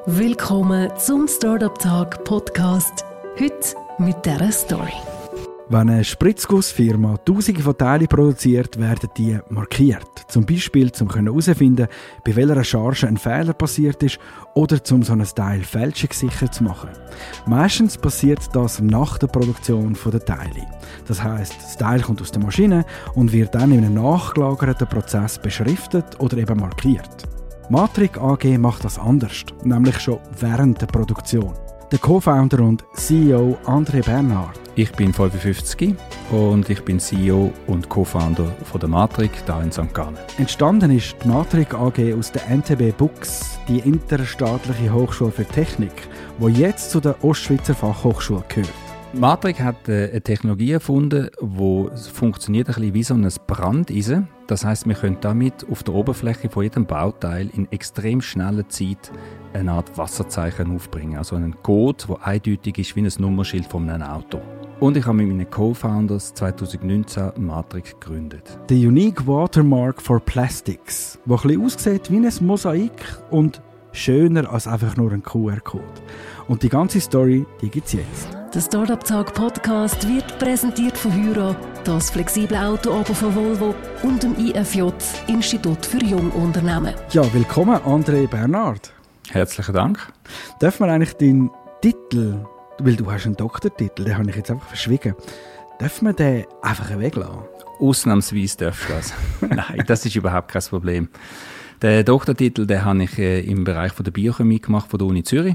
Willkommen zum Startup Tag Podcast. Heute mit dieser Story. Wenn eine Spritzgussfirma Tausende von Teilen produziert, werden die markiert. Zum Beispiel, um herauszufinden, bei welcher Charge ein Fehler passiert ist oder um so ein Teil fälschungssicher zu machen. Meistens passiert das nach der Produktion der Teile. Das heisst, das Teil kommt aus der Maschine und wird dann in einem nachgelagerten Prozess beschriftet oder eben markiert. Matrix AG macht das anders, nämlich schon während der Produktion. Der Co-Founder und CEO André Bernhard. Ich bin 55 und ich bin CEO und Co-Founder von der Matrix hier in St. Gallen. Entstanden ist die Matrix AG aus der NTB BUX, die interstaatliche Hochschule für Technik, die jetzt zu der Ostschweizer Fachhochschule gehört. Matrix hat eine Technologie erfunden, die funktioniert ein bisschen wie so ein Brandeisen. Das heisst, wir können damit auf der Oberfläche von jedem Bauteil in extrem schneller Zeit eine Art Wasserzeichen aufbringen. Also einen Code, der eindeutig ist wie ein Nummernschild von einem Auto. Und ich habe mit meinen Co-Founders 2019 Matrix gegründet. The Unique Watermark for Plastics, der ein bisschen aussieht wie ein Mosaik und schöner als einfach nur ein QR-Code. Und die ganze Story, die gibt es jetzt. Der Startup Tag Podcast wird präsentiert von Hyra, das flexible Auto-Abo von Volvo und dem IFJ, Institut für Jungunternehmen. Ja, willkommen André Bernhard. Herzlichen Dank. Darf man eigentlich deinen Titel, weil du hast einen Doktortitel, den habe ich jetzt einfach verschwiegen, darf man den einfach weglassen? Ausnahmsweise darfst du das. Nein, das ist überhaupt kein Problem. Den Doktortitel den habe ich im Bereich von der Biochemie gemacht von der Uni Zürich.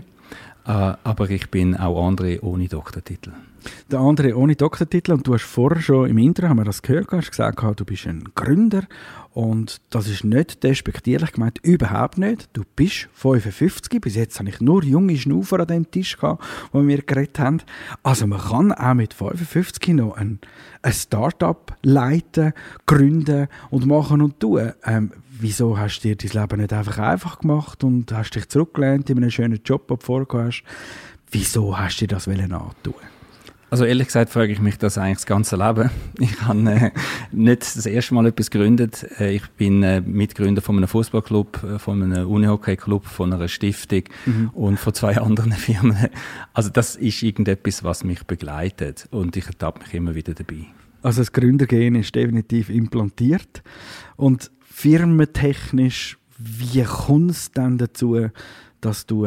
Aber ich bin auch André ohne Doktortitel. Der André ohne Doktortitel, und du hast vorher schon im Intro, haben wir das gehört, hast gesagt, du bist ein Gründer und das ist nicht despektierlich gemeint, überhaupt nicht. Du bist 55, bis jetzt habe ich nur junge Schnaufer an dem Tisch gehabt, wo wir geredet haben. Also man kann auch mit 55 noch ein Start-up leiten, gründen und machen und tun. Wieso hast du dir dein Leben nicht einfach gemacht und hast dich zurückgelehnt in einem schönen Job, den du vorher hast? Wieso hast du dir das antun? Also ehrlich gesagt frage ich mich das eigentlich das ganze Leben. Ich habe nicht das erste Mal etwas gegründet. Ich bin Mitgründer von einem Fußballclub, von einem Unihockey-Club, von einer Stiftung und von 2 anderen Firmen. Also das ist irgendetwas, was mich begleitet und ich ertappe mich immer wieder dabei. Also das Gründergen ist definitiv implantiert. Und firmentechnisch, wie kommt es dann dazu, dass du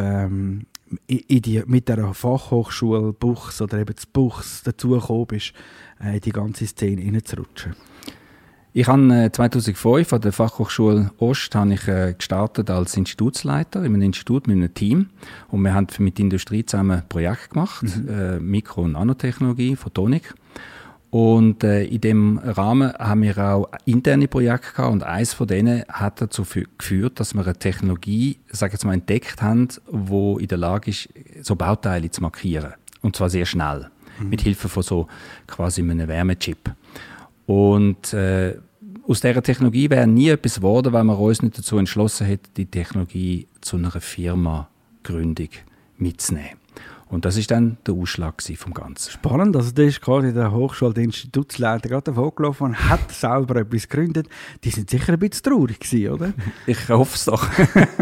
mit der Fachhochschule Buchs oder eben zu Buchs dazu gekommen bist, in die ganze Szene hineinzurutschen? Ich habe 2005 an der Fachhochschule Ost gestartet als Institutsleiter in einem Institut mit einem Team. Und wir haben mit der Industrie zusammen ein Projekt gemacht, Mikro- und Nanotechnologie, Photonik. Und in dem Rahmen haben wir auch interne Projekte gehabt und eines von denen hat dazu geführt, dass wir eine Technologie, entdeckt haben, die in der Lage ist, so Bauteile zu markieren. Und zwar sehr schnell. Mit Hilfe von so quasi einem Wärmechip. Und aus dieser Technologie wäre nie etwas geworden, weil wir uns nicht dazu entschlossen hätten, die Technologie zu einer Firma-Gründung mitzunehmen. Und das war dann der Ausschlag vom Ganzen. Spannend, also der ist gerade in der Hochschule der Institutsleiter gerade davon gelaufen und hat selber etwas gegründet. Die sind sicher ein bisschen traurig gewesen, oder? Ich hoffe es doch.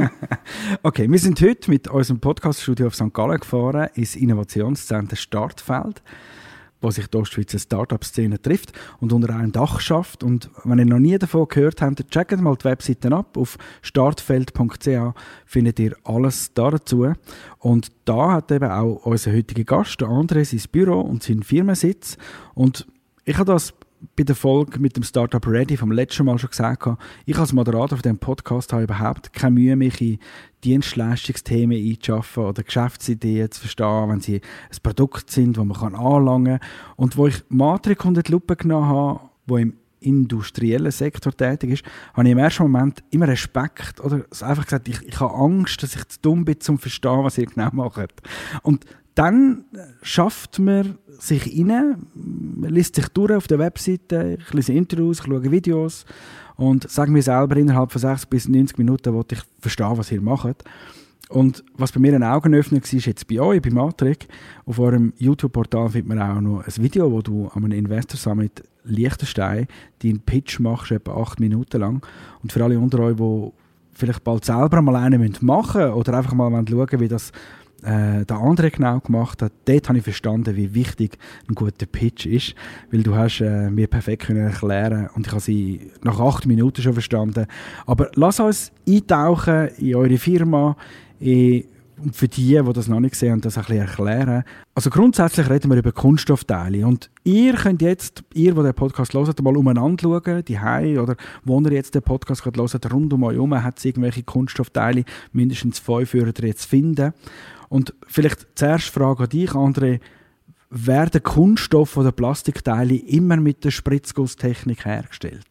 Okay, wir sind heute mit unserem Podcast-Studio auf St. Gallen gefahren, ins Innovationszentrum Startfeld, wo sich die Ostschweizer Start-up-Szene trifft und unter einem Dach schafft. Und wenn ihr noch nie davon gehört habt, dann checkt mal die Webseiten ab. Auf startfeld.ch findet ihr alles dazu. Und da hat eben auch unser heutiger Gast, der André, sein Büro und seinen Firmensitz. Und ich habe das bei der Folge mit dem Startup Ready vom letzten Mal schon gesagt, ich als Moderator von diesem Podcast habe überhaupt keine Mühe, mich in Dienstleistungsthemen einzuschaffen oder Geschäftsideen zu verstehen, wenn sie ein Produkt sind, das man anlangen kann. Und wo ich Matrix unter die Lupe genommen habe, wo im industriellen Sektor tätig ist, habe ich im ersten Moment immer Respekt oder einfach gesagt, ich habe Angst, dass ich zu dumm bin, um zu verstehen, was ihr genau macht. Und dann schafft man sich rein, man liest sich durch auf der Webseite, ich lese Interviews, ich schaue Videos und sage mir selber, innerhalb von 60 bis 90 Minuten wollte ich verstehen, was ihr macht. Und was bei mir ein Augenöffner war, ist jetzt bei euch, bei Matrix. Auf eurem YouTube-Portal findet man auch noch ein Video, wo du an einem Investor Summit Liechtenstein deinen Pitch machst, etwa 8 Minuten lang. Und für alle unter euch, die vielleicht bald selber mal einen machen müsst oder einfach mal schauen, wie das der andere genau gemacht hat, dort habe ich verstanden, wie wichtig ein guter Pitch ist, weil du hast mir perfekt erklären und ich habe sie nach 8 Minuten schon verstanden. Aber lass uns eintauchen in eure Firma, und für die das noch nicht sehen und das ein bisschen erklären. Also grundsätzlich reden wir über Kunststoffteile und ihr könnt jetzt, ihr, der den Podcast hört, mal umeinander schauen, die Hause oder wo ihr jetzt den Podcast hört, rund um euch herum hat es irgendwelche Kunststoffteile, mindestens 5 würdet ihr jetzt finden. Und vielleicht zuerst Frage an dich, André, werden Kunststoff- oder Plastikteile immer mit der Spritzgusstechnik hergestellt?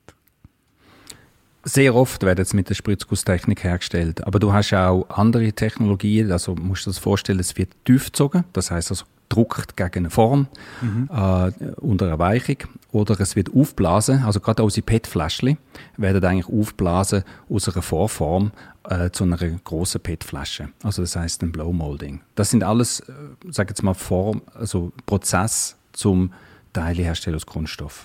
Sehr oft werden sie mit der Spritzgusstechnik hergestellt, aber du hast auch andere Technologien, also musst du dir das vorstellen, es wird tief gezogen, das heisst also druckt gegen eine Form unter Erweichung, oder es wird aufblasen, also gerade unsere PET-Fläschchen werden eigentlich aufblasen aus einer Vorform zu einer grossen PET-Flasche, also das heisst ein Blow-Molding. Das sind alles, sag jetzt mal, Prozess zum Teile herstellen aus Kunststoff.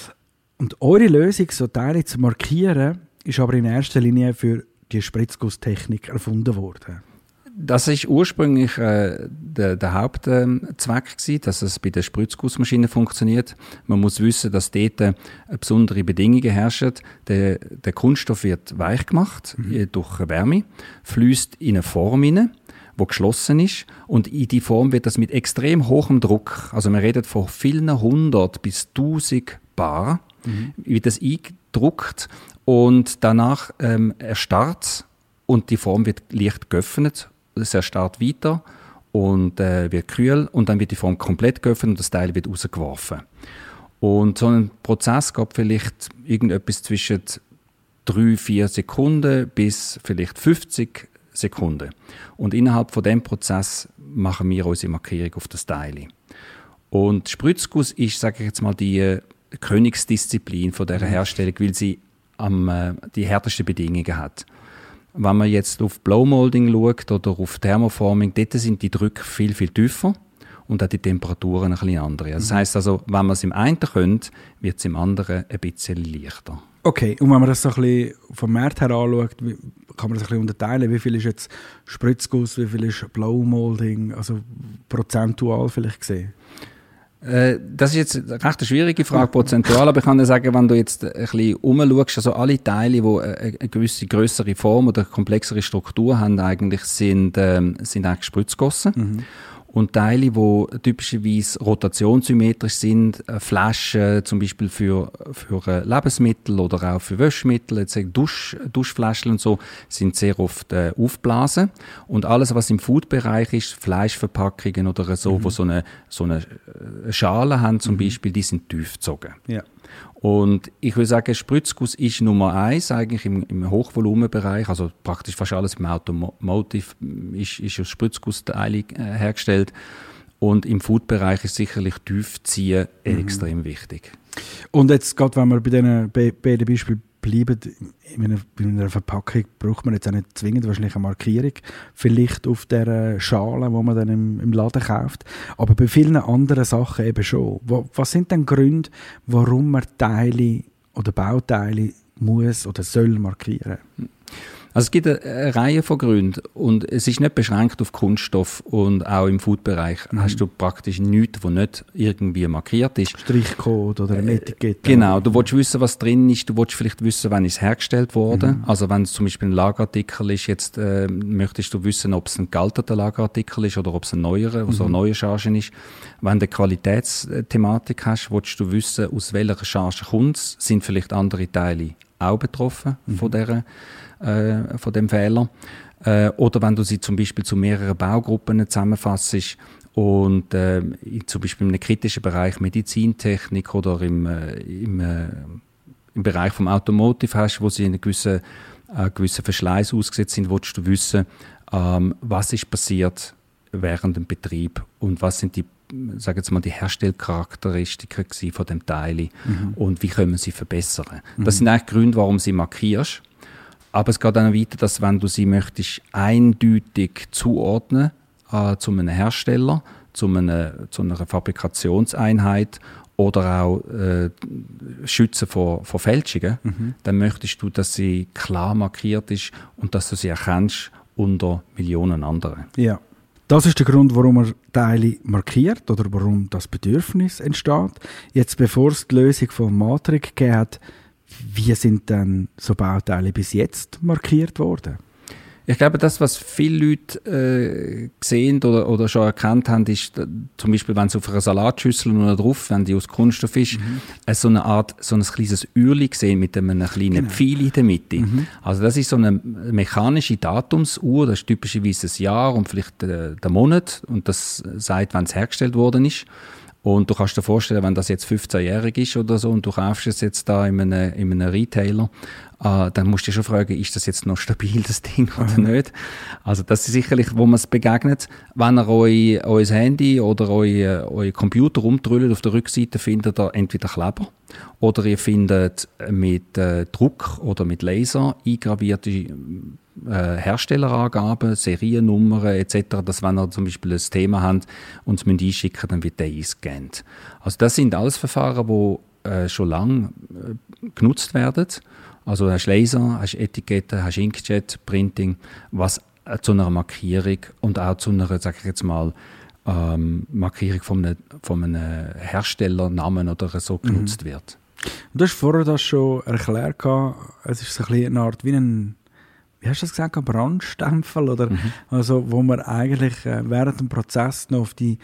Und eure Lösung, so Teile zu markieren, ist aber in erster Linie für die Spritzgusstechnik erfunden worden. Das ist ursprünglich der Hauptzweck gewesen, dass es bei der Spritzgussmaschine funktioniert. Man muss wissen, dass dort besondere Bedingungen herrschen. Der Kunststoff wird weich gemacht durch Wärme, fließt in eine Form hinein, die geschlossen ist, und in die Form wird das mit extrem hohem Druck, also wir reden von vielen 100 bis 1000 Bar, wird das eingedruckt und danach erstarrt es und die Form wird leicht geöffnet. Es erstarrt weiter und wird kühl und dann wird die Form komplett geöffnet und das Teil wird rausgeworfen. Und so ein Prozess geht vielleicht irgendetwas zwischen 3-4 Sekunden bis vielleicht 50 Sekunden. Und innerhalb von diesem Prozess machen wir unsere Markierung auf das Teil. Und Spritzguss ist, sage ich jetzt mal, die Königsdisziplin von dieser Herstellung, weil sie die härtesten Bedingungen hat. Wenn man jetzt auf Blow-Molding schaut oder auf Thermoforming, dort sind die Drücke viel, viel tiefer und auch die Temperaturen ein bisschen andere. Das heisst also, wenn man es im einen könnte, wird es im anderen ein bisschen leichter. Okay, und wenn man das so ein bisschen vom Markt her anschaut, kann man das ein bisschen unterteilen. Wie viel ist jetzt Spritzguss, wie viel ist Blow-Molding, also prozentual vielleicht gesehen? Das ist jetzt eine recht schwierige Frage, prozentual, aber ich kann dir sagen, wenn du jetzt ein bisschen rumschaust, also alle Teile, die eine gewisse grössere Form oder komplexere Struktur haben, eigentlich sind eigentlich spritzgossen. Und Teile, die typischerweise rotationssymmetrisch sind, Flaschen zum Beispiel für Lebensmittel oder auch für Wäschmittel, jetzt Duschflaschen und so, sind sehr oft aufblasen. Und alles, was im Food-Bereich ist, Fleischverpackungen oder so, wo so eine Schale haben zum Beispiel, die sind tief gezogen. Ja. Und ich würde sagen, Spritzguss ist Nummer 1 eigentlich im Hochvolumenbereich, also praktisch fast alles im Automotive ist aus Spritzgussteilen hergestellt. Und im Food-Bereich ist sicherlich Tiefziehen extrem wichtig. Und jetzt gerade, wenn wir bei diesen beiden Beispielen bleiben, in einer Verpackung braucht man jetzt auch nicht zwingend wahrscheinlich eine Markierung, vielleicht auf der Schale, die man dann im Laden kauft, aber bei vielen anderen Sachen eben schon. Was sind denn Gründe, warum man Teile oder Bauteile muss oder soll markieren? Also es gibt eine Reihe von Gründen und es ist nicht beschränkt auf Kunststoff und auch im Food-Bereich hast du praktisch nichts, was nicht irgendwie markiert ist. Strichcode oder ein Etikett. Genau, du willst wissen, was drin ist, du willst vielleicht wissen, wann es hergestellt wurde. Also wenn es zum Beispiel ein Lagerartikel ist, jetzt möchtest du wissen, ob es ein gealterter Lagerartikel ist oder ob es ein neuerer, also eine neue Charge ist. Wenn du eine Qualitätsthematik hast, willst du wissen, aus welcher Charge kommt es, sind vielleicht andere Teile auch betroffen von dem Fehler. Oder wenn du sie zum Beispiel zu mehreren Baugruppen zusammenfasst und zum Beispiel in einem kritischen Bereich Medizintechnik oder im Bereich vom Automotive hast, wo sie in einem gewissen Verschleiß ausgesetzt sind, willst du wissen, was ist passiert während dem Betrieb und was sind die Herstellcharakteristiken von dem Teil und wie können wir sie verbessern. Das sind eigentlich Gründe, warum sie markierst. Aber es geht auch noch weiter, dass wenn du sie möchtest eindeutig zuordnen zu einem Hersteller, zu einer Fabrikationseinheit oder auch schützen vor Fälschungen, dann möchtest du, dass sie klar markiert ist und dass du sie erkennst unter Millionen anderen. Ja. Das ist der Grund, warum man Teile markiert oder warum das Bedürfnis entsteht. Jetzt, bevor es die Lösung von Matrix gegeben hat, wie sind denn so Bauteile bis jetzt markiert worden? Ich glaube, das, was viele Leute gesehen oder schon erkannt haben, ist zum Beispiel, wenn es auf einer Salatschüssel nur drauf, wenn die aus Kunststoff ist, so ein kleines Uhrli gesehen mit einem kleinen Pfeil in der Mitte. Also das ist so eine mechanische Datumsuhr, das ist typischerweise ein Jahr und vielleicht der Monat und das sagt, wann es hergestellt worden ist. Und du kannst dir vorstellen, wenn das jetzt 15-jährig ist oder so und du kaufst es jetzt da in einem Retailer, dann musst du dich schon fragen, ist das jetzt noch stabil, das Ding, oder nicht? Also das ist sicherlich, wo man es begegnet. Wenn ihr euer Handy oder euer Computer rumtrüllt, auf der Rückseite findet ihr entweder Kleber oder ihr findet mit Druck oder mit Laser eingravierte Herstellerangaben, Seriennummern etc., dass wenn ihr zum Beispiel ein Thema habt und es einschicken müsst, dann wird der eingescannt. Also das sind alles Verfahren, die schon lange genutzt werden. Also hast Laser, hast Etiketten, hast Inkjet, Printing, was zu einer Markierung und auch zu einer, sage ich jetzt mal, Markierung von einem Herstellernamen oder so genutzt wird. Du hast vorher das schon erklärt, es ist so ein eine Art wie ein, wie hast du das gesagt, ein Brandstempel, oder? Also, wo man eigentlich während dem Prozess noch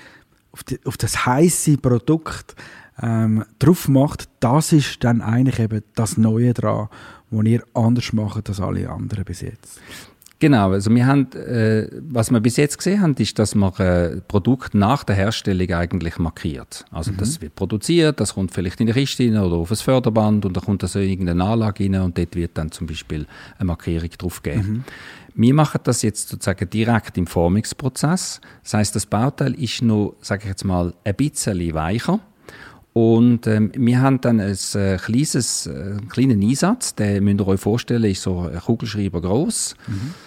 auf das heisse Produkt drauf macht. Das ist dann eigentlich eben das Neue dran, was ihr anders macht als alle anderen bis jetzt. Genau, also wir haben, was wir bis jetzt gesehen haben, ist, dass man Produkt nach der Herstellung eigentlich markiert. Also das wird produziert, das kommt vielleicht in die Kiste rein oder auf ein Förderband und dann kommt das in irgendeine Anlage rein und dort wird dann zum Beispiel eine Markierung drauf gegeben. Wir machen das jetzt sozusagen direkt im Formungsprozess. Das heisst, das Bauteil ist noch, sage ich jetzt mal, ein bisschen weicher. Und wir haben dann einen kleinen Einsatz, den müsst ihr euch vorstellen, ist so ein Kugelschreiber gross.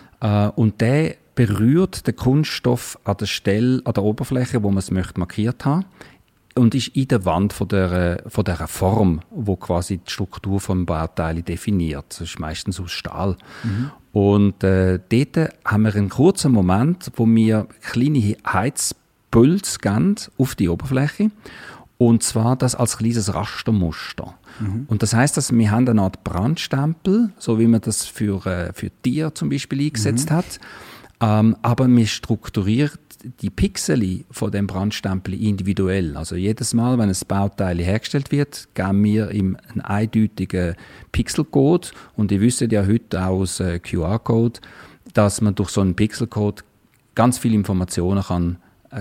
Und der berührt den Kunststoff an der Stelle, an der Oberfläche, wo man es markiert haben möchte, und ist in der Wand von dieser Form, wo quasi die Struktur des Bauteils definiert. Das ist meistens aus Stahl. Und dort haben wir einen kurzen Moment, wo wir kleine Heizpulse geben auf die Oberfläche. Und zwar das als kleines Rastermuster. Und das heisst, dass wir haben eine Art Brandstempel, so wie man das für Tiere zum Beispiel eingesetzt hat. Aber wir strukturieren die Pixel von dem Brandstempel individuell. Also jedes Mal, wenn ein Bauteil hergestellt wird, geben wir ihm einen eindeutigen Pixelcode. Und ihr wisst ja heute auch aus QR-Code, dass man durch so einen Pixelcode ganz viele Informationen kann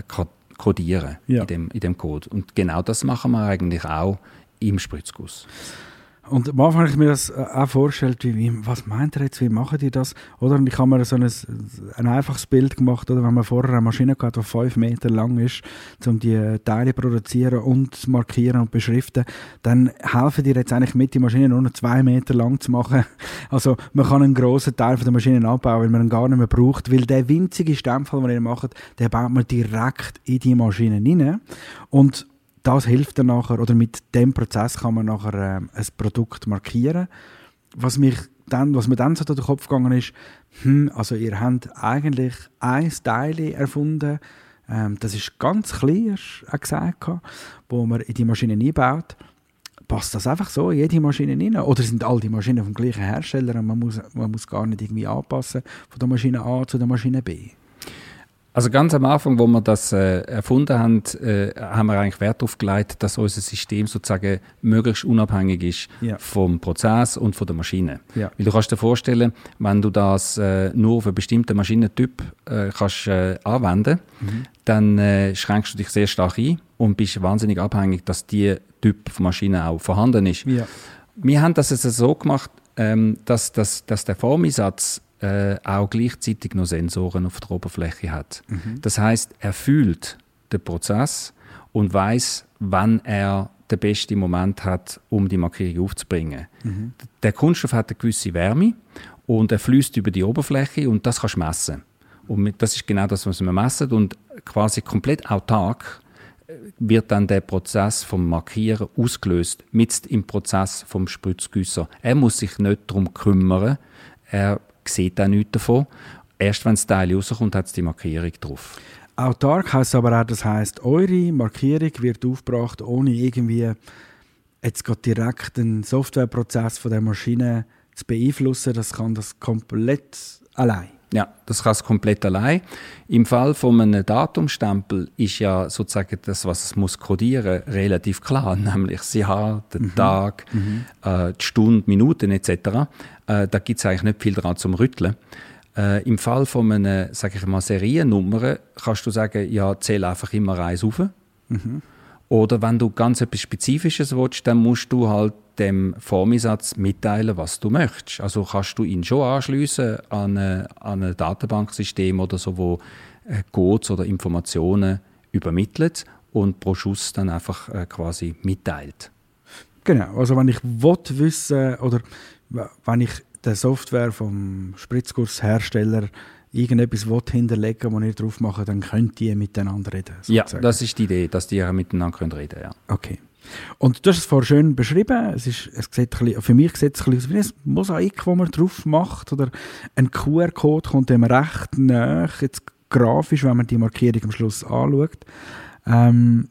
kodieren in dem Code. Und genau das machen wir eigentlich auch im Spritzguss. Und am Anfang habe ich mir das auch vorgestellt, was meint ihr jetzt, wie machen die das? Oder? Und ich habe mir so ein einfaches Bild gemacht, oder? Wenn man vorher eine Maschine hat, die 5 Meter lang ist, um die Teile zu produzieren und markieren und beschriften, dann helfen dir jetzt eigentlich mit, die Maschine nur noch 2 Meter lang zu machen. Also man kann einen grossen Teil von der Maschine abbauen, weil man ihn gar nicht mehr braucht, weil der winzige Stempel, den ihr macht, den baut man direkt in die Maschine rein. Und das hilft dann nachher, oder mit dem Prozess kann man nachher ein Produkt markieren. Was mir dann so durch den Kopf gegangen ist, also ihr habt eigentlich ein Teil erfunden, das ist ganz klein, hast du auch gesagt, wo man in die Maschine einbaut. Passt das einfach so in jede Maschine rein? Oder sind all die Maschinen vom gleichen Hersteller und man muss gar nicht irgendwie anpassen von der Maschine A zu der Maschine B? Also ganz am Anfang, wo wir das erfunden haben, haben wir eigentlich Wert darauf gelegt, dass unser System sozusagen möglichst unabhängig ist vom Prozess und von der Maschine. Ja. Weil du kannst dir vorstellen, wenn du das nur auf einen bestimmten Maschinentyp kannst anwenden, dann schränkst du dich sehr stark ein und bist wahnsinnig abhängig, dass dieser Typ von Maschine auch vorhanden ist. Ja. Wir haben das jetzt so gemacht, dass der Formersatz auch gleichzeitig noch Sensoren auf der Oberfläche hat. Das heisst, er fühlt den Prozess und weiss, wann er den besten Moment hat, um die Markierung aufzubringen. Der Kunststoff hat eine gewisse Wärme und er fließt über die Oberfläche und das kannst du messen. Und das ist genau das, was wir messen und quasi komplett autark wird dann der Prozess vom Markieren ausgelöst, mit im Prozess vom Spritzgüsser. Er muss sich nicht darum kümmern, er sieht auch nichts davon. Erst wenn das Teil rauskommt, hat es die Markierung drauf. Autark heisst aber auch, das heisst, eure Markierung wird aufgebracht, ohne irgendwie jetzt gerade direkt den Softwareprozess von der Maschine zu beeinflussen. Das kann das komplett allein. Ja, das kann es komplett allein. Im Fall von einem Datumstempel ist ja sozusagen das, was es muss kodieren, relativ klar, nämlich das Jahr, den Tag, die Stunde, Minuten etc. Da gibt es eigentlich nicht viel daran zum Rütteln. Im Fall von einer, sage ich mal, Seriennummer kannst du sagen, ja, zähl einfach immer eins auf. Oder wenn du ganz etwas Spezifisches willst, dann musst du halt dem Formisatz mitteilen, was du möchtest. Also kannst du ihn schon anschliessen an ein Datenbanksystem oder so, wo Codes oder Informationen übermittelt und pro Schuss dann einfach quasi mitteilt. Genau, also wenn ich wissen oder wenn ich der Software vom Spritzgusshersteller irgendetwas hinterlegen, was ihr drauf macht, dann könnt ihr miteinander reden. Sozusagen. Ja, das ist die Idee, dass die miteinander reden können. Ja. Okay. Und du hast es vorher schön beschrieben. Es sieht für mich sieht es ein bisschen aus wie ein Mosaik, das man drauf macht. Oder ein QR-Code kommt dem recht nahe, jetzt grafisch, wenn man die Markierung am Schluss anschaut. Wenn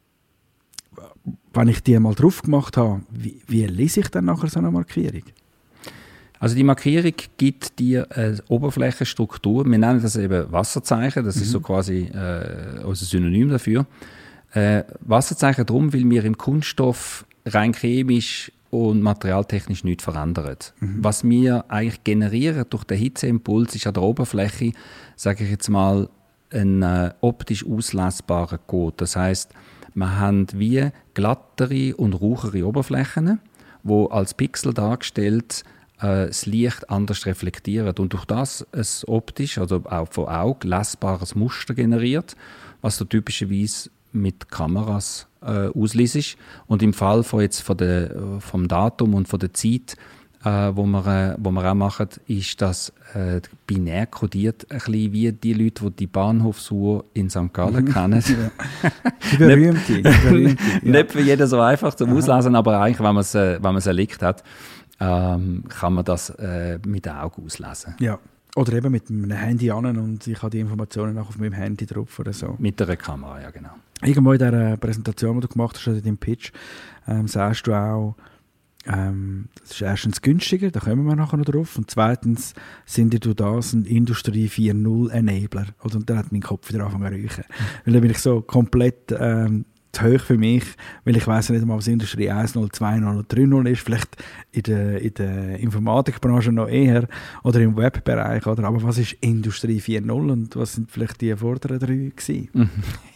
ich die mal drauf gemacht habe, wie lese ich dann nachher so eine Markierung? Also die Markierung gibt dir eine Oberflächenstruktur. Wir nennen das eben Wasserzeichen. Das ist so quasi unser Synonym dafür. Wasserzeichen darum, weil wir im Kunststoff rein chemisch und materialtechnisch nichts verändern. Was wir eigentlich generieren durch den Hitzeimpuls ist an der Oberfläche, sage ich jetzt mal, ein optisch auslesbarer Code. Das heisst, wir haben wie glattere und rauchere Oberflächen, wo als Pixel dargestellt das Licht anders reflektiert und durch das ein optisch, also auch von Auge, lesbares Muster generiert, was du typischerweise mit Kameras ausliest. Und im Fall vom Datum und von der Zeit, wo wir auch machen, ist das binär kodiert, ein bisschen wie die Leute, die Bahnhofsuhr in St. Gallen kennen. Die berühmte. Nicht für jeden so einfach zum Auslesen, aber eigentlich, wenn man es erlegt hat, kann man das mit den Augen auslesen. Ja. Oder eben mit einem Handy an und ich habe die Informationen auch auf meinem Handy drauf oder so. Mit einer Kamera, ja genau. Irgendwo in dieser Präsentation, die du gemacht hast, oder in deinem Pitch, sagst du auch, das ist erstens günstiger, da kommen wir nachher noch drauf, und zweitens sind du das ein Industrie 4.0 Enabler. Und dann hat mein Kopf wieder angefangen zu räuchen. Weil dann bin ich so komplett zu hoch für mich, weil ich weiss nicht mal, was Industrie 1.0, 2.0 oder 3.0 ist, vielleicht in der Informatikbranche noch eher oder im Webbereich, oder? Aber was ist Industrie 4.0 und was sind vielleicht die vorderen 3 gewesen?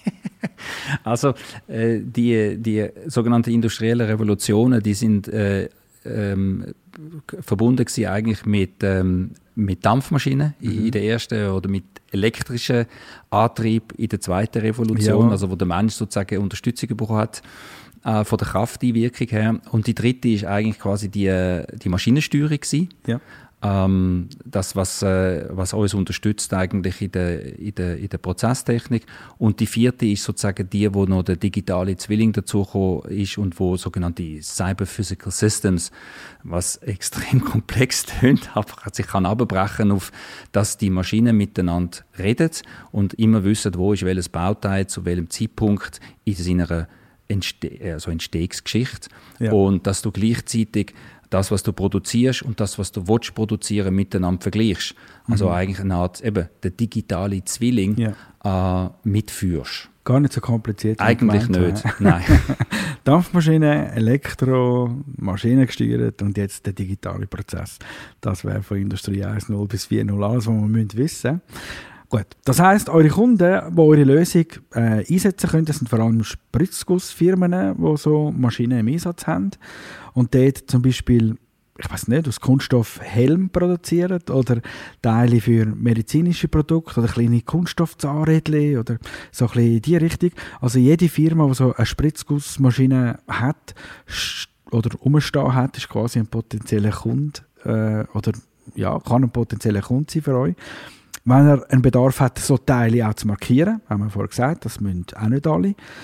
Also die sogenannten industriellen Revolutionen, die sind verbunden gewesen eigentlich mit Dampfmaschinen in der ersten oder mit elektrischen Antrieb in der zweiten Revolution, ja. Also wo der Mensch sozusagen Unterstützung bekommen hat von der Krafteinwirkung her. Und die dritte ist eigentlich quasi die Maschinensteuerung gewesen. Ja. Das, was uns unterstützt eigentlich in der Prozesstechnik. Und die vierte ist sozusagen die, wo noch der digitale Zwilling dazugekommen ist und wo sogenannte Cyber Physical Systems, was extrem komplex tönt, aber sich kann abbrechen auf, dass die Maschinen miteinander reden und immer wissen, wo ist welches Bauteil zu welchem Zeitpunkt in seiner Entstehungsgeschichte. Ja. Und dass du gleichzeitig das, was du produzierst und das, was du willst produzieren, miteinander vergleichst. Also eigentlich eine Art, eben, der digitale Zwilling mitführst. Gar nicht so kompliziert. Eigentlich nicht, nein. Dampfmaschine, Elektro, Maschinengesteuert und jetzt der digitale Prozess. Das wäre von Industrie 1.0 bis 4.0 alles, was wir wissen müssen. Gut, das heisst, eure Kunden, die eure Lösung einsetzen können, das sind vor allem Spritzgussfirmen, die so Maschinen im Einsatz haben und dort zum Beispiel, ich weiß nicht, aus Kunststoff Helm produzieren oder Teile für medizinische Produkte oder kleine Kunststoffzahnrädchen oder so ein bisschen in die Richtung. Also jede Firma, die so eine Spritzgussmaschine hat oder rumstehen hat, ist quasi ein potenzieller Kunde oder ja, kann ein potenzieller Kunde sein für euch. Wenn er einen Bedarf hat, so Teile auch zu markieren, haben wir vorher gesagt, das müssen auch nicht alle.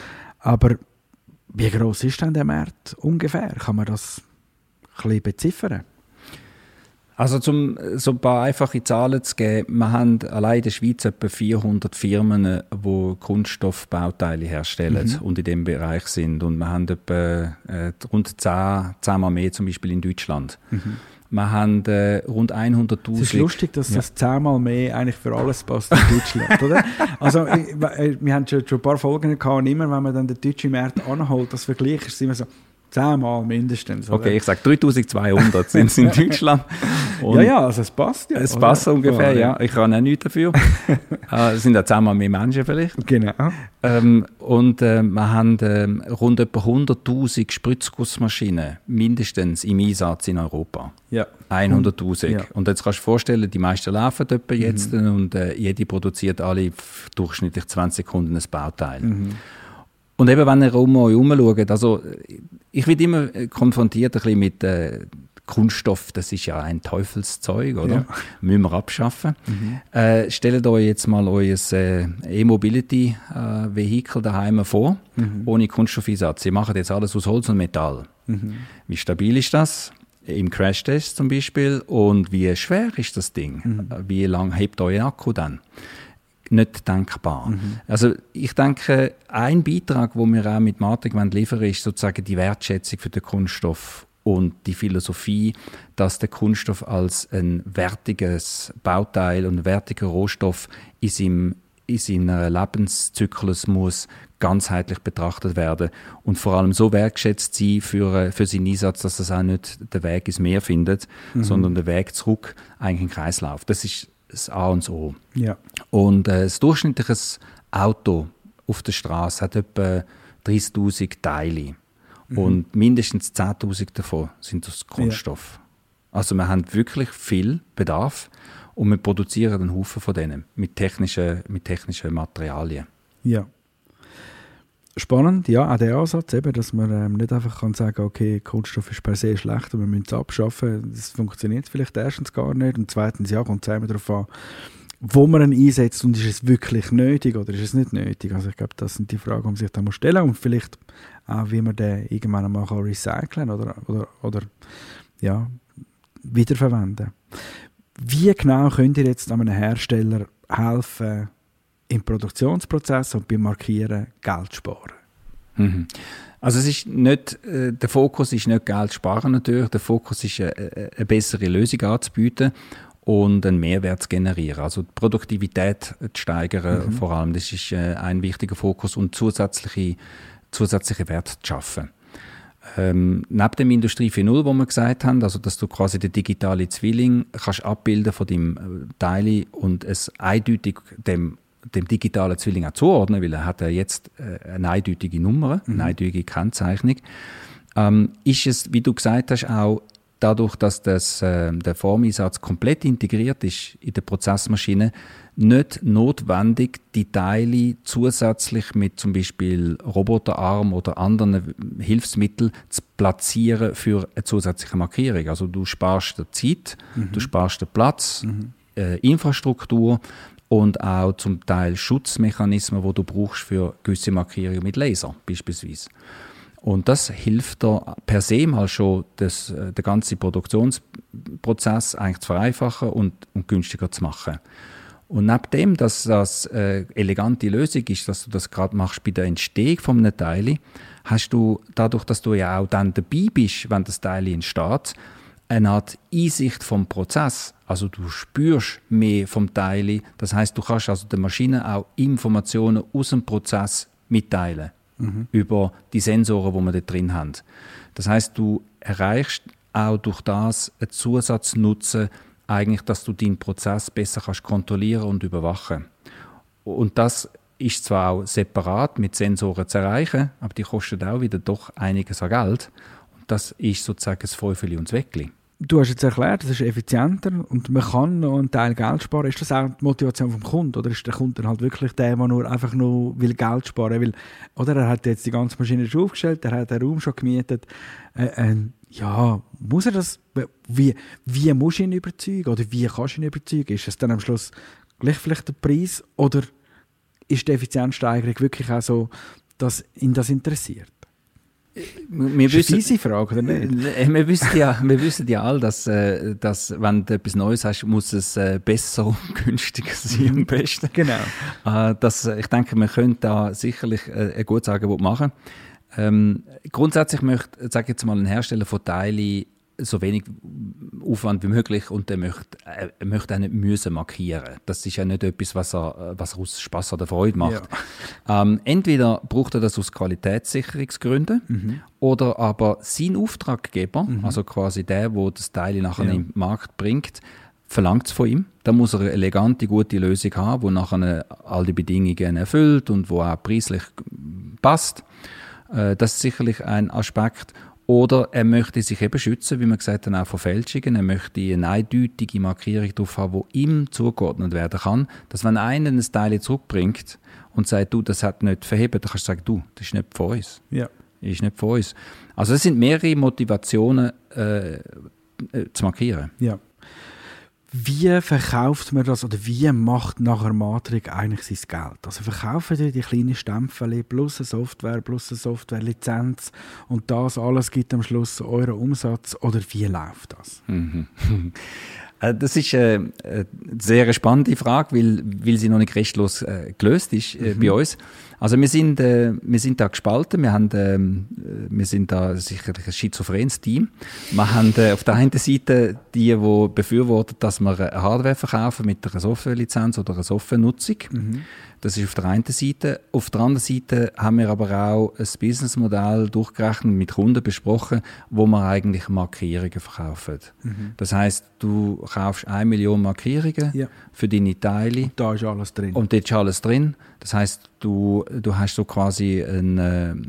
Aber wie gross ist denn der Markt ungefähr? Kann man das ein bisschen beziffern? Also um so ein paar einfache Zahlen zu geben, wir haben allein in der Schweiz etwa 400 Firmen, die Kunststoffbauteile herstellen und in diesem Bereich sind. Und wir haben etwa rund 10 Mal mehr zum Beispiel in Deutschland. Wir haben rund 100'000... Es ist lustig, dass das 10-mal mehr eigentlich für alles passt in Deutschland, oder? Also wir haben schon ein paar Folgen gehabt und immer, wenn man dann den deutschen Markt anholt, das Vergleich ist immer so 10-mal mindestens. Oder? Okay, ich sage 3200 sind es in Deutschland. Und ja, also es passt ja. Es passt ungefähr, ja. Ich kann auch nichts dafür. Es sind auch 10-mal mehr Menschen vielleicht. Genau. Und wir haben rund etwa 100'000 Spritzgussmaschinen mindestens im Einsatz in Europa. Ja. 100'000. Ja. Und jetzt kannst du dir vorstellen, die meisten laufen etwa jetzt und jede produziert alle durchschnittlich 20 Sekunden ein Bauteil. Und eben, wenn ihr um euch herumschaut, also ich werde immer konfrontiert ein bisschen mit Kunststoff, das ist ja ein Teufelszeug, oder? Ja. Müssen wir abschaffen. Stellt euch jetzt mal euer E-Mobility-Vehikel daheim vor, ohne Kunststoffeinsatz. Ihr macht jetzt alles aus Holz und Metall. Wie stabil ist das? Im Crashtest zum Beispiel. Und wie schwer ist das Ding? Wie lange hebt euer Akku dann? Nicht denkbar. Also ich denke, ein Beitrag, den wir auch mit Matrix liefern wollen, ist sozusagen die Wertschätzung für den Kunststoff und die Philosophie, dass der Kunststoff als ein wertiges Bauteil und ein wertiger Rohstoff in seinem Lebenszyklus muss ganzheitlich betrachtet werden und vor allem so wertschätzt sein für seinen Einsatz, dass das auch nicht den Weg ins Meer findet, sondern den Weg zurück eigentlich in den Kreislauf. Das ist das A und das O. Ja. Und das durchschnittliche Auto auf der Straße hat etwa 30'000 Teile. Und mindestens 10'000 davon sind aus Kunststoff. Ja. Also wir haben wirklich viel Bedarf und wir produzieren einen Haufen von denen mit technischen Materialien. Ja. Spannend, ja, auch der Ansatz, eben, dass man nicht einfach kann sagen, okay, Kunststoff ist per se schlecht und wir müssen es abschaffen. Das funktioniert vielleicht erstens gar nicht und zweitens, ja, kommt es immer darauf an, wo man ihn einsetzt und ist es wirklich nötig oder ist es nicht nötig. Also ich glaube, das sind die Fragen, die man sich da stellen muss und vielleicht auch, wie man den irgendwann mal recyceln oder ja, wiederverwenden. Wie genau könnt ihr jetzt einem Hersteller helfen, im Produktionsprozess und beim Markieren Geld sparen? Also es ist nicht, der Fokus ist nicht Geld sparen natürlich, der Fokus ist eine bessere Lösung anzubieten und einen Mehrwert zu generieren, also die Produktivität zu steigern vor allem, das ist ein wichtiger Fokus und zusätzliche Werte zu schaffen. Neben dem Industrie 4.0, wo wir gesagt haben, also dass du quasi den digitalen Zwilling kannst abbilden von deinem Teil und es eindeutig dem digitalen Zwilling auch zuordnen, weil er hat ja jetzt eine eindeutige Nummer, eine eindeutige Kennzeichnung, ist es, wie du gesagt hast, auch dadurch, dass der Formeinsatz komplett integriert ist in der Prozessmaschine, nicht notwendig, die Teile zusätzlich mit zum Beispiel Roboterarm oder anderen Hilfsmitteln zu platzieren für eine zusätzliche Markierung. Also du sparst die Zeit, du sparst den Platz, Infrastruktur und auch zum Teil Schutzmechanismen, die du brauchst für gewisse Markierungen mit Laser beispielsweise. Und das hilft dir per se mal schon, den ganzen Produktionsprozess eigentlich zu vereinfachen und günstiger zu machen. Und neben dem, dass das eine elegante Lösung ist, dass du das gerade machst bei der Entstehung von einem Teil, hast du, dadurch, dass du ja auch dann dabei bist, wenn das Teil entsteht, eine Art Einsicht vom Prozess. Also du spürst mehr vom Teil. Das heisst, du kannst also der Maschine auch Informationen aus dem Prozess mitteilen. Über die Sensoren, die wir da drin haben. Das heisst, du erreichst auch durch das einen Zusatznutzen, eigentlich, dass du deinen Prozess besser kannst kontrollieren und überwachen. Und das ist zwar auch separat mit Sensoren zu erreichen, aber die kosten auch wieder doch einiges an Geld. Und das ist sozusagen das Fäufeli und das Weckli. Du hast jetzt erklärt, das ist effizienter und man kann noch einen Teil Geld sparen. Ist das auch die Motivation vom Kunden oder ist der Kunde dann halt wirklich der nur einfach nur will Geld sparen will? Oder er hat jetzt die ganze Maschine schon aufgestellt, er hat den Raum schon gemietet. Ja, muss er das? Wie musst du ihn überzeugen oder wie kannst du ihn überzeugen? Ist es dann am Schluss gleich vielleicht der Preis oder ist die Effizienzsteigerung wirklich auch so dass ihn das interessiert? Wir das ist eine fiese Frage, oder nicht? Wir wissen ja alle, dass wenn du etwas Neues hast, muss es besser und günstiger sein am besten. Genau. Ich denke, wir können da sicherlich ein gutes Angebot machen. Grundsätzlich möchte, sage jetzt mal, ein Hersteller von Teilen so wenig Aufwand wie möglich und er möchte auch nicht müssen markieren. Das ist ja nicht etwas, was er aus Spass oder Freude macht. Ja. Entweder braucht er das aus Qualitätssicherungsgründen oder aber sein Auftraggeber, also quasi der das Teil nachher in den Markt bringt, verlangt es von ihm. Da muss er eine elegante, gute Lösung haben, die nachher all die Bedingungen erfüllt und wo auch preislich passt. Das ist sicherlich ein Aspekt. Oder er möchte sich eben schützen, wie man gesagt hat, auch vor Fälschungen. Er möchte eine eindeutige Markierung darauf haben, die ihm zugeordnet werden kann. Dass wenn einer ein Teil zurückbringt und sagt, du, das hat nicht verheben, dann kannst du sagen, du, das ist nicht von uns. Ja. Das ist nicht von uns. Also es sind mehrere Motivationen zu markieren. Ja. Wie verkauft man das oder wie macht nachher Matrix eigentlich sein Geld? Also verkaufen die kleinen Stempel plus eine Software, plus eine Softwarelizenz und das alles gibt am Schluss euren Umsatz oder wie läuft das? Das ist eine sehr spannende Frage, weil sie noch nicht restlos gelöst ist bei uns. Also wir sind da gespalten, wir sind da sicherlich ein schizophrenes Team. Wir haben auf der einen Seite die befürworten, dass wir eine Hardware verkaufen mit einer Softwarelizenz oder einer Softwarenutzung. Das ist auf der einen Seite. Auf der anderen Seite haben wir aber auch ein Businessmodell durchgerechnet, mit Kunden besprochen, wo wir eigentlich Markierungen verkaufen. Das heisst, du kaufst 1 Million Markierungen für deine Teile. Und da ist alles drin. Und dort ist alles drin. Das heisst, du hast so quasi einen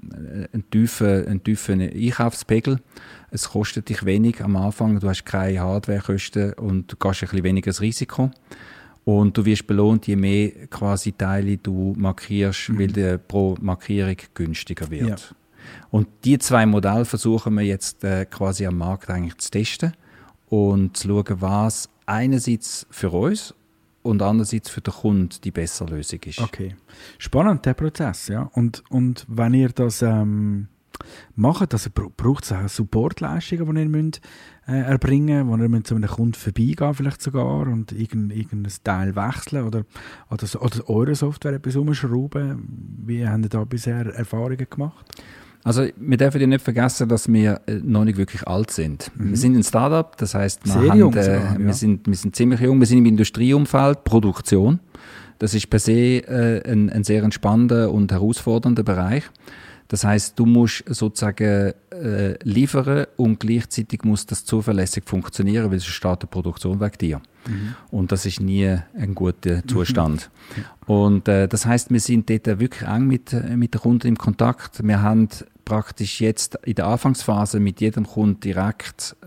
tiefen Einkaufspegel. Es kostet dich wenig am Anfang, du hast keine Hardwarekosten und du gehst ein bisschen weniger das Risiko. Und du wirst belohnt, je mehr quasi Teile du markierst, weil die pro Markierung günstiger wird. Ja. Und die zwei Modelle versuchen wir jetzt quasi am Markt eigentlich zu testen und zu schauen, was einerseits für uns und andererseits für den Kunden die bessere Lösung ist. Okay, spannend, der Prozess. Ja. Und wenn ihr das macht, also braucht es auch Supportleistungen, die ihr müsst, erbringen müsst, wo ihr zu einem Kunden vorbeigehen vielleicht sogar und irgendein Teil wechseln oder eure Software etwas umschrauben. Wie haben ihr da bisher Erfahrungen gemacht? Also wir dürfen ja nicht vergessen, dass wir noch nicht wirklich alt sind. Wir sind ein Start-up, das heisst, wir sind ziemlich jung, wir sind im Industrieumfeld, Produktion. Das ist per se ein sehr entspannender und herausfordernder Bereich. Das heisst, du musst sozusagen liefern und gleichzeitig muss das zuverlässig funktionieren, weil es steht die Produktion wegen dir. Und das ist nie ein guter Zustand. Und das heisst, wir sind dort wirklich eng mit den Kunden im Kontakt. Wir haben praktisch jetzt in der Anfangsphase mit jedem Kunden direkt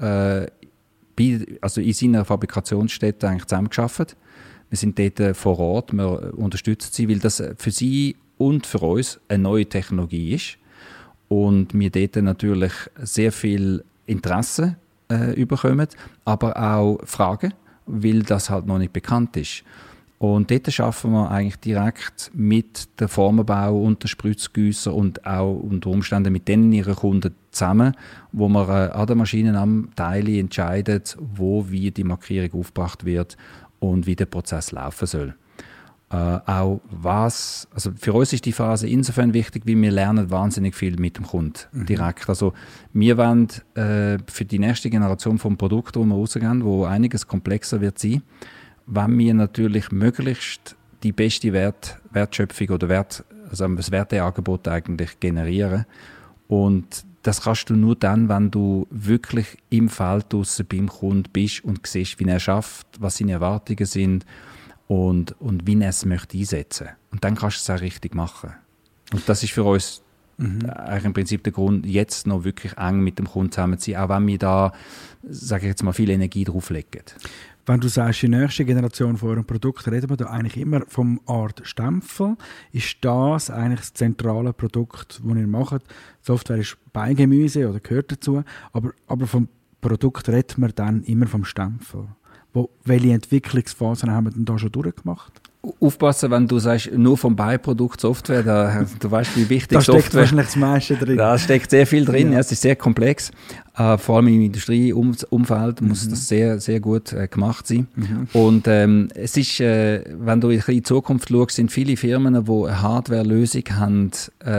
also in seiner Fabrikationsstätte eigentlich zusammengearbeitet. Wir sind dort vor Ort, wir unterstützen sie, weil das für sie und für uns eine neue Technologie ist und wir dort natürlich sehr viel Interesse überkommen, aber auch Fragen, weil das halt noch nicht bekannt ist. Und dort arbeiten wir eigentlich direkt mit den Formenbau und den Spritzgüssern und auch unter Umständen mit denen ihren Kunden zusammen, wo man an der Maschine am Teil entscheidet, wo wie die Markierung aufgebracht wird und wie der Prozess laufen soll. Also für uns ist die Phase insofern wichtig, weil wir lernen wahnsinnig viel mit dem Kunden direkt. Also wir wollen für die nächste Generation von Produkten, die wir rausgehen, wo einiges komplexer wird sein, wenn wir natürlich möglichst die beste Wertschöpfung oder das Werteangebot eigentlich generieren. Und das kannst du nur dann, wenn du wirklich im Feld draussen beim Kunden bist und siehst, wie er schafft, was seine Erwartungen sind und wie er es möchte einsetzen. Und dann kannst du es auch richtig machen. Und das ist für uns eigentlich im Prinzip der Grund, jetzt noch wirklich eng mit dem Kunden zusammen zu sein, auch wenn wir da, sage ich jetzt mal, viel Energie drauflegen. Wenn du sagst, die nächste Generation von eurem Produkt, reden wir da eigentlich immer vom Art Stempel. Ist das eigentlich das zentrale Produkt, das ihr macht? Software ist Beigemüse oder gehört dazu, aber vom Produkt reden wir dann immer vom Stempel. Welche Entwicklungsphasen haben wir denn da schon durchgemacht? Aufpassen, wenn du sagst, nur vom Beiprodukt Software, du weißt, wie wichtig da Software... Da steckt wahrscheinlich das meiste drin. Da steckt sehr viel drin, ja, es ist sehr komplex. Vor allem im Industrieumfeld muss das sehr, sehr gut gemacht sein. Und es ist, wenn du in die Zukunft schaust, sind viele Firmen, die eine Hardware-Lösung haben,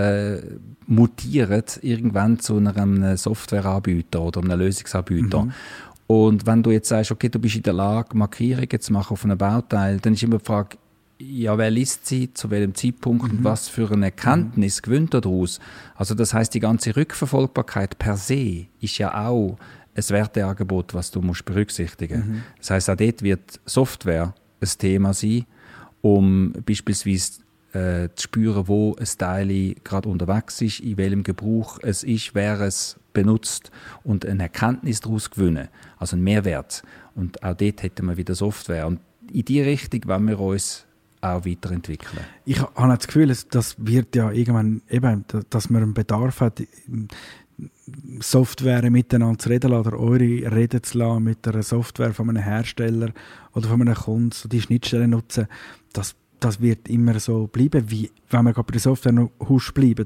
mutiert irgendwann zu einem Softwareanbieter oder einem Lösungsanbieter. Und wenn du jetzt sagst, okay, du bist in der Lage, Markierungen zu machen auf einem Bauteil, dann ist immer die Frage, ja, wer liest sie, zu welchem Zeitpunkt und was für eine Erkenntnis gewinnt er daraus? Also das heisst, die ganze Rückverfolgbarkeit per se ist ja auch ein Werteangebot, was du musst berücksichtigen. Das heisst, auch dort wird Software ein Thema sein, um beispielsweise zu spüren, wo ein Teil gerade unterwegs ist, in welchem Gebrauch es ist, wer es benutzt und eine Erkenntnis daraus gewinnen, also einen Mehrwert. Und auch dort hätten wir wieder Software. Und in diese Richtung wollen wir uns auch weiterentwickeln. Ich habe das Gefühl, das wird ja irgendwann eben, dass man einen Bedarf hat, Software miteinander zu reden lassen oder eure reden zu lassen mit einer Software von einem Hersteller oder von einem Kunden, so die Schnittstellen nutzen. Das wird immer so bleiben, wie wenn wir gerade bei der Software noch husch bleiben.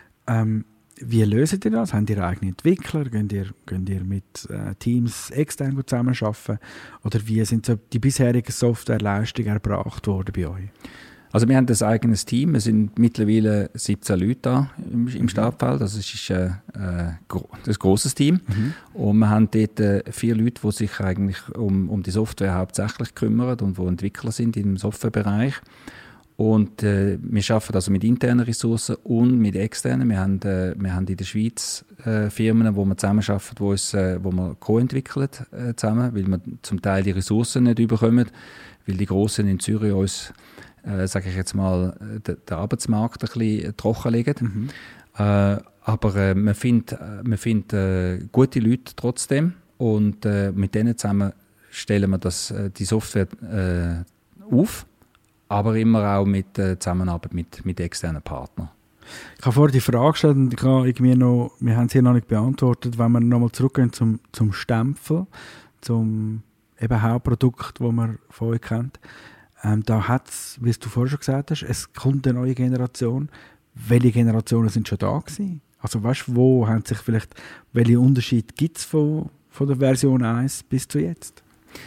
Wie löst ihr das? Habt ihr eigene Entwickler? Könnt ihr mit Teams extern zusammenarbeiten? Oder wie sind so die bisherigen Softwareleistungen erbracht worden bei euch? Also wir haben ein eigenes Team. Wir sind mittlerweile 17 Leute da im Startfeld. Also es ist ein grosses Team. Und wir haben dort 4 Leute, die sich eigentlich um die Software hauptsächlich kümmern und die Entwickler sind im Softwarebereich. Und wir arbeiten also mit internen Ressourcen und mit externen. Wir haben in der Schweiz Firmen, wo wir zusammenarbeiten, wo wir co-entwickeln zusammen, weil wir zum Teil die Ressourcen nicht überkommen, weil die Grossen in Zürich uns, sage ich jetzt mal, den Arbeitsmarkt ein bisschen trocken legen. Aber wir finden gute Leute trotzdem und mit denen zusammen stellen wir die Software auf. Aber immer auch mit Zusammenarbeit mit externen Partnern. Ich habe vorhin die Frage gestellt und wir haben sie noch nicht beantwortet. Wenn wir nochmal zurückgehen zum Stempel, zum eben Hauptprodukt, das man von euch kennt, da hat es, wie du vorhin schon gesagt hast, es kommt eine neue Generation. Welche Generationen sind schon da gewesen? Also weißt du, welche Unterschiede gibt es von der Version 1 bis zu jetzt?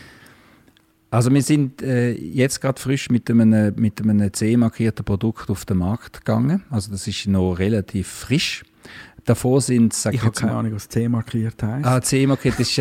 Also wir sind jetzt gerade frisch mit einem CE-markierten Produkt auf den Markt gegangen. Also das ist noch relativ frisch. Davor sind, ich habe keine Ahnung, was CE-markiert heisst. CE-markiert ist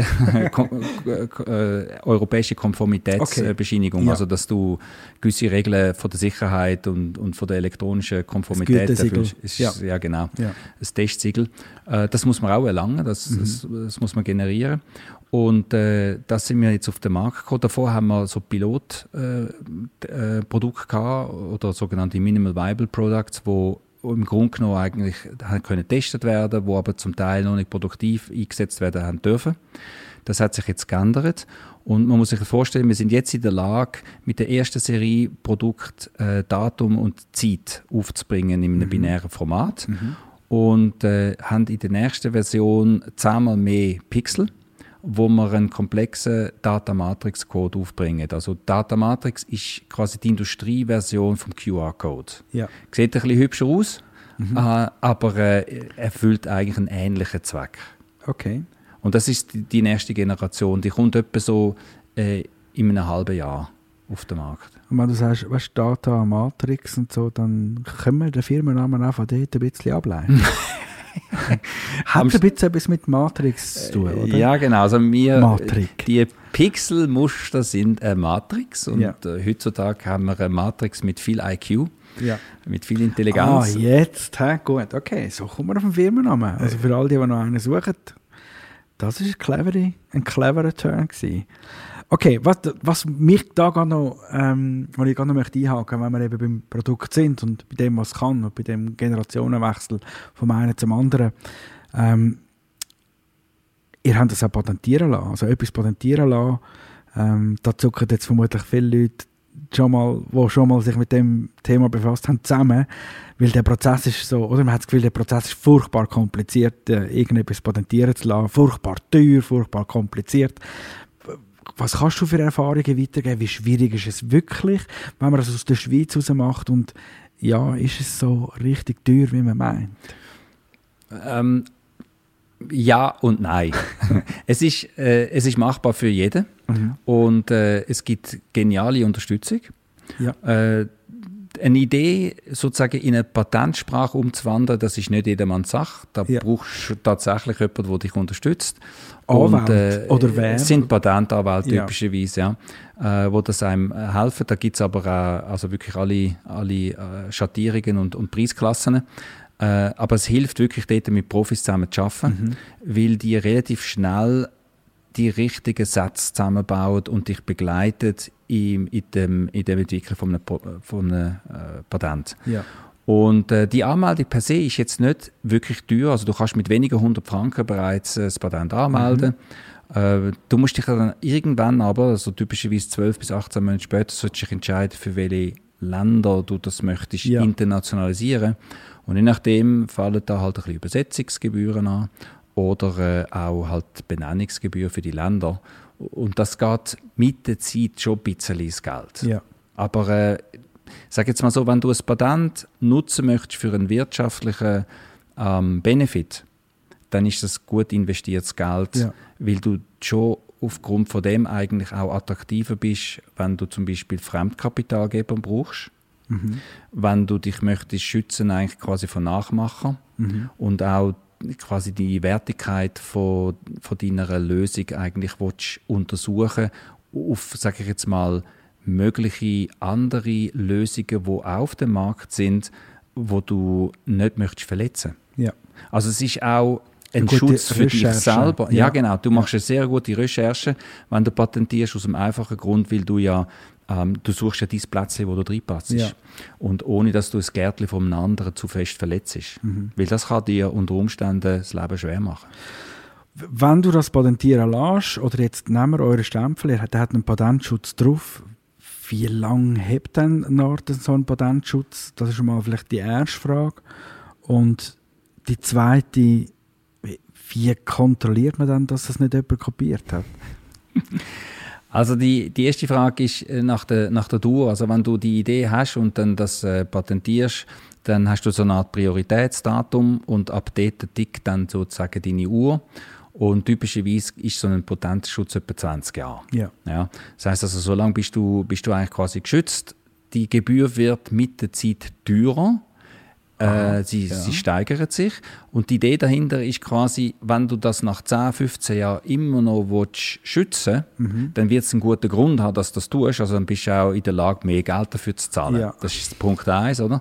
europäische Konformitätsbescheinigung. Okay. Ja. Also dass du gewisse Regeln von der Sicherheit und von der elektronischen Konformität erfüllst. Ja, genau. Ja. Das Testsiegel. Das muss man auch erlangen, das muss man generieren. Und das sind wir jetzt auf den Markt gekommen. Davor haben wir so Pilotprodukte gehabt oder sogenannte Minimal Viable Products, wo im Grunde genommen eigentlich können getestet werden, wo aber zum Teil noch nicht produktiv eingesetzt werden haben dürfen. Das hat sich jetzt geändert und man muss sich vorstellen, wir sind jetzt in der Lage, mit der ersten Serie Produkt Datum und Zeit aufzubringen in einem binären Format und haben in der nächsten Version 10-mal mehr Pixel, wo wir einen komplexen Data-Matrix-Code aufbringen. Also Data-Matrix ist quasi die Industrieversion vom QR-Code. Ja. Sieht ein bisschen hübscher aus, aber erfüllt eigentlich einen ähnlichen Zweck. Okay. Und das ist die nächste Generation. Die kommt etwa so in einem halben Jahr auf den Markt. Und wenn du sagst, weißt, Data, Matrix und so, dann können wir den Firmennamen auch von dort ein bisschen ableiten. Hat ein bisschen etwas mit Matrix zu tun, oder? Ja, genau. Also die Pixelmuster sind eine Matrix und heutzutage haben wir eine Matrix mit viel IQ, mit viel Intelligenz. Jetzt, gut, okay, so kommen wir auf den Firmennamen. Also für all die noch einen suchen, das war ein cleverer Turn gewesen. Okay, was mich da gerade noch, was ich gerade noch möchte einhaken, wenn wir eben beim Produkt sind und bei dem, was es kann und bei dem Generationenwechsel vom einen zum anderen, ihr habt das auch patentieren lassen, also etwas patentieren lassen, da zucken jetzt vermutlich viele Leute die schon mal sich mit dem Thema befasst haben, zusammen, weil der Prozess ist so, oder man hat das Gefühl, der Prozess ist furchtbar kompliziert, irgendetwas patentieren zu lassen, furchtbar teuer, furchtbar kompliziert. Was kannst du für Erfahrungen weitergeben? Wie schwierig ist es wirklich, wenn man das aus der Schweiz raus macht? Und ja, ist es so richtig teuer, wie man meint? Ja und nein. Es ist machbar für jeden und es gibt geniale Unterstützung. Ja. Eine Idee, sozusagen in eine Patentsprache umzuwandeln, das ist nicht jedermanns Sache. Da brauchst du tatsächlich jemanden, der dich unterstützt. Anwalt oder wer? Es sind Patentanwälte typischerweise, wo das einem helfen. Da gibt es aber auch also wirklich alle Schattierungen und Preisklassen. Aber es hilft wirklich, dort mit Profis zusammen zu arbeiten, weil die relativ schnell die richtigen Sätze zusammenbauen und dich begleiten in der Entwicklung von einem Patent. Ja. Und die Anmeldung per se ist jetzt nicht wirklich teuer. Also du kannst mit wenigen 100 Franken bereits das Patent anmelden. Du musst dich dann irgendwann aber, also typischerweise 12 bis 18 Monate später, solltest du dich entscheiden, für welche Länder du das möchtest internationalisieren. Und je nachdem fallen da halt ein bisschen Übersetzungsgebühren an oder auch halt Benennungsgebühren für die Länder. Und das geht mit der Zeit schon ein bisschen ins Geld. Ja. Aber sag jetzt mal so, wenn du ein Patent nutzen möchtest für einen wirtschaftlichen Benefit, dann ist das gut investiertes Geld, weil du schon aufgrund von dem eigentlich auch attraktiver bist, wenn du zum Beispiel Fremdkapitalgeber brauchst. Wenn du dich möchtest schützen eigentlich quasi von Nachmachern und auch quasi die Wertigkeit von deiner Lösung eigentlich willst untersuchen auf, sage ich jetzt mal, mögliche andere Lösungen, die auch auf dem Markt sind, wo du nicht möchtest verletzen. Ja. Also es ist auch ein Schutz für dich selber. Ja, genau. Du machst eine sehr gute Recherche, wenn du patentierst, aus einem einfachen Grund, weil du ja du suchst ja dein Plätzchen, wo du reinpasst. Ja. Und ohne, dass du das Gärtchen von einem anderen zu fest verletzt. Weil das kann dir unter Umständen das Leben schwer machen. Wenn du das patentieren lässt, oder jetzt nehmen wir euren Stempel, der hat einen Patentschutz drauf, wie lange hebt denn noch so ein Patentschutz? Das ist schon mal vielleicht die erste Frage. Und die zweite, wie kontrolliert man dann, dass das nicht jemand kopiert hat? Also die erste Frage ist nach der Dauer. Also wenn du die Idee hast und dann das patentierst, dann hast du so eine Art Prioritätsdatum und ab dort tickt dann sozusagen deine Uhr. Und typischerweise ist so ein Patentschutz etwa 20 Jahre. Ja. Das heisst also, so lange bist du eigentlich quasi geschützt. Die Gebühr wird mit der Zeit teurer. Sie steigern sich. Und die Idee dahinter ist quasi, wenn du das nach 10, 15 Jahren immer noch schützen willst, dann wird es einen guten Grund haben, dass du das tust. Also dann bist du auch in der Lage, mehr Geld dafür zu zahlen. Ja. Das ist Punkt 1, oder?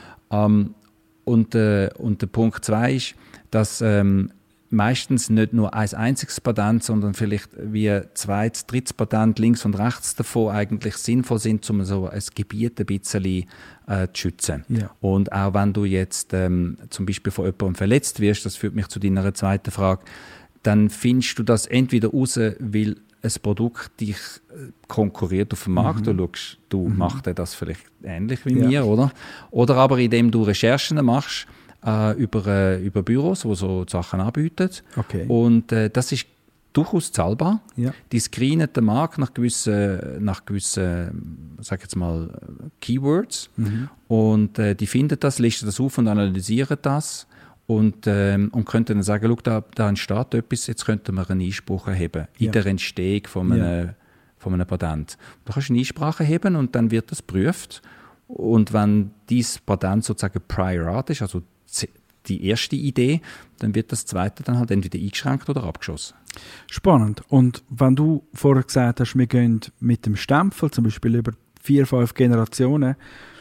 Und der Punkt 2 ist, dass meistens nicht nur ein einziges Patent, sondern vielleicht wie zweites, drittes Patent links und rechts davon eigentlich sinnvoll sind, um so ein Gebiet ein bisschen zu schützen. Ja. Und auch wenn du jetzt zum Beispiel von jemandem verletzt wirst, das führt mich zu deiner zweiten Frage, dann findest du das entweder raus, weil ein Produkt dich konkurriert auf dem Markt, du schaust, du machst das vielleicht ähnlich wie mir, oder? Oder aber indem du Recherchen machst, über Büros, die so Sachen anbieten. Okay. Und das ist durchaus zahlbar. Ja. Die screenen den Markt nach gewissen sag jetzt mal, Keywords. Und die finden das, listen das auf und analysieren das und könnten dann sagen, schau, da entsteht etwas, jetzt könnten wir einen Einspruch erheben in der Entstehung von einem Patent. Da kannst du eine Einsprache erheben und dann wird das geprüft. Und wenn dieses Patent sozusagen Prior Art ist, also die erste Idee, dann wird das zweite dann halt entweder eingeschränkt oder abgeschossen. Spannend. Und wenn du vorher gesagt hast, wir gehen mit dem Stempel, zum Beispiel über 4, 5 Generationen,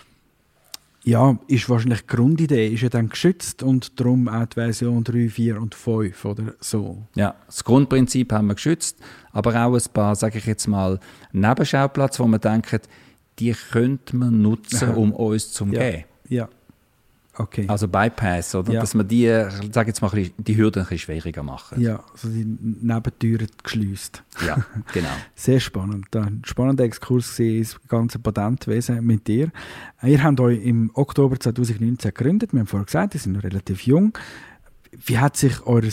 ja, ist wahrscheinlich die Grundidee, ist ja dann geschützt und darum auch die Version 3, 4 und 5 oder so. Ja, das Grundprinzip haben wir geschützt, aber auch ein paar, sage ich jetzt mal, Nebenschauplätze, wo man denkt, die könnte man nutzen, um uns zu umgehen. Ja. Okay. Also Bypass, oder? Ja. Dass man die, sag jetzt mal, die Hürden ein bisschen schwieriger machen. Ja, also die Nebentüren geschliesst. Ja, genau. Sehr spannend. Ein spannender Exkurs ins ganze Patentwesen mit dir. Ihr habt euch im Oktober 2019 gegründet. Wir haben vorher gesagt, ihr seid noch relativ jung. Wie hat sich euer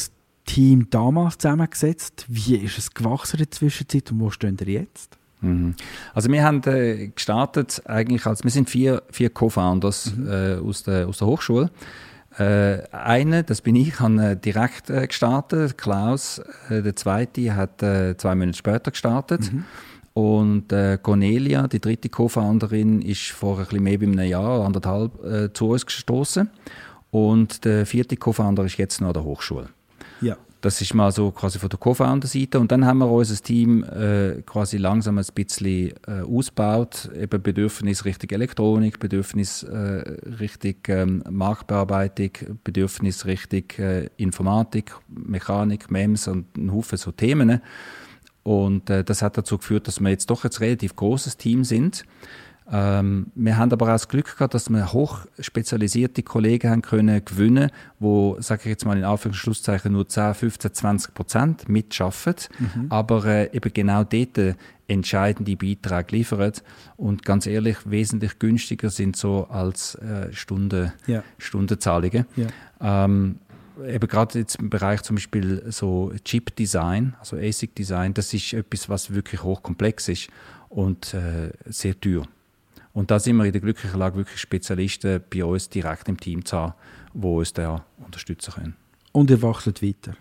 Team damals zusammengesetzt? Wie ist es gewachsen in der Zwischenzeit und wo stehen ihr jetzt? Also wir haben gestartet eigentlich wir sind vier Co-Founders aus der Hochschule. Einer, das bin ich, habe direkt gestartet. Klaus, der zweite, hat 2 Monate später gestartet. Und Cornelia, die dritte Co-Founderin, ist vor ein bisschen mehr als einem Jahr, 1,5, zu uns gestoßen. Und der vierte Co-Founder ist jetzt noch an der Hochschule. Ja. Das ist mal so quasi von der Co-Founder-Seite. Und dann haben wir unser Team quasi langsam ein bisschen ausgebaut. Eben Bedürfnis Richtung Elektronik, Bedürfnis Richtung Marktbearbeitung, Bedürfnis Richtung Informatik, Mechanik, MEMS und ein Haufen so Themen. Und das hat dazu geführt, dass wir jetzt doch ein relativ großes Team sind. Wir haben aber auch das Glück gehabt, dass wir hochspezialisierte Kollegen haben können gewinnen, die, sage ich jetzt mal in Anführungs- und Schlusszeichen, nur 10, 15, 20% mitarbeiten, aber eben genau dort entscheidende Beiträge liefern und ganz ehrlich wesentlich günstiger sind so als Stundenzahlungen. Ja. Eben gerade jetzt im Bereich zum Beispiel so Chip-Design, also ASIC-Design, das ist etwas, was wirklich hochkomplex ist und sehr teuer. Und da sind wir in der glücklichen Lage, wirklich Spezialisten bei uns direkt im Team zu haben, die uns da unterstützen können. Und ihr wachset weiter?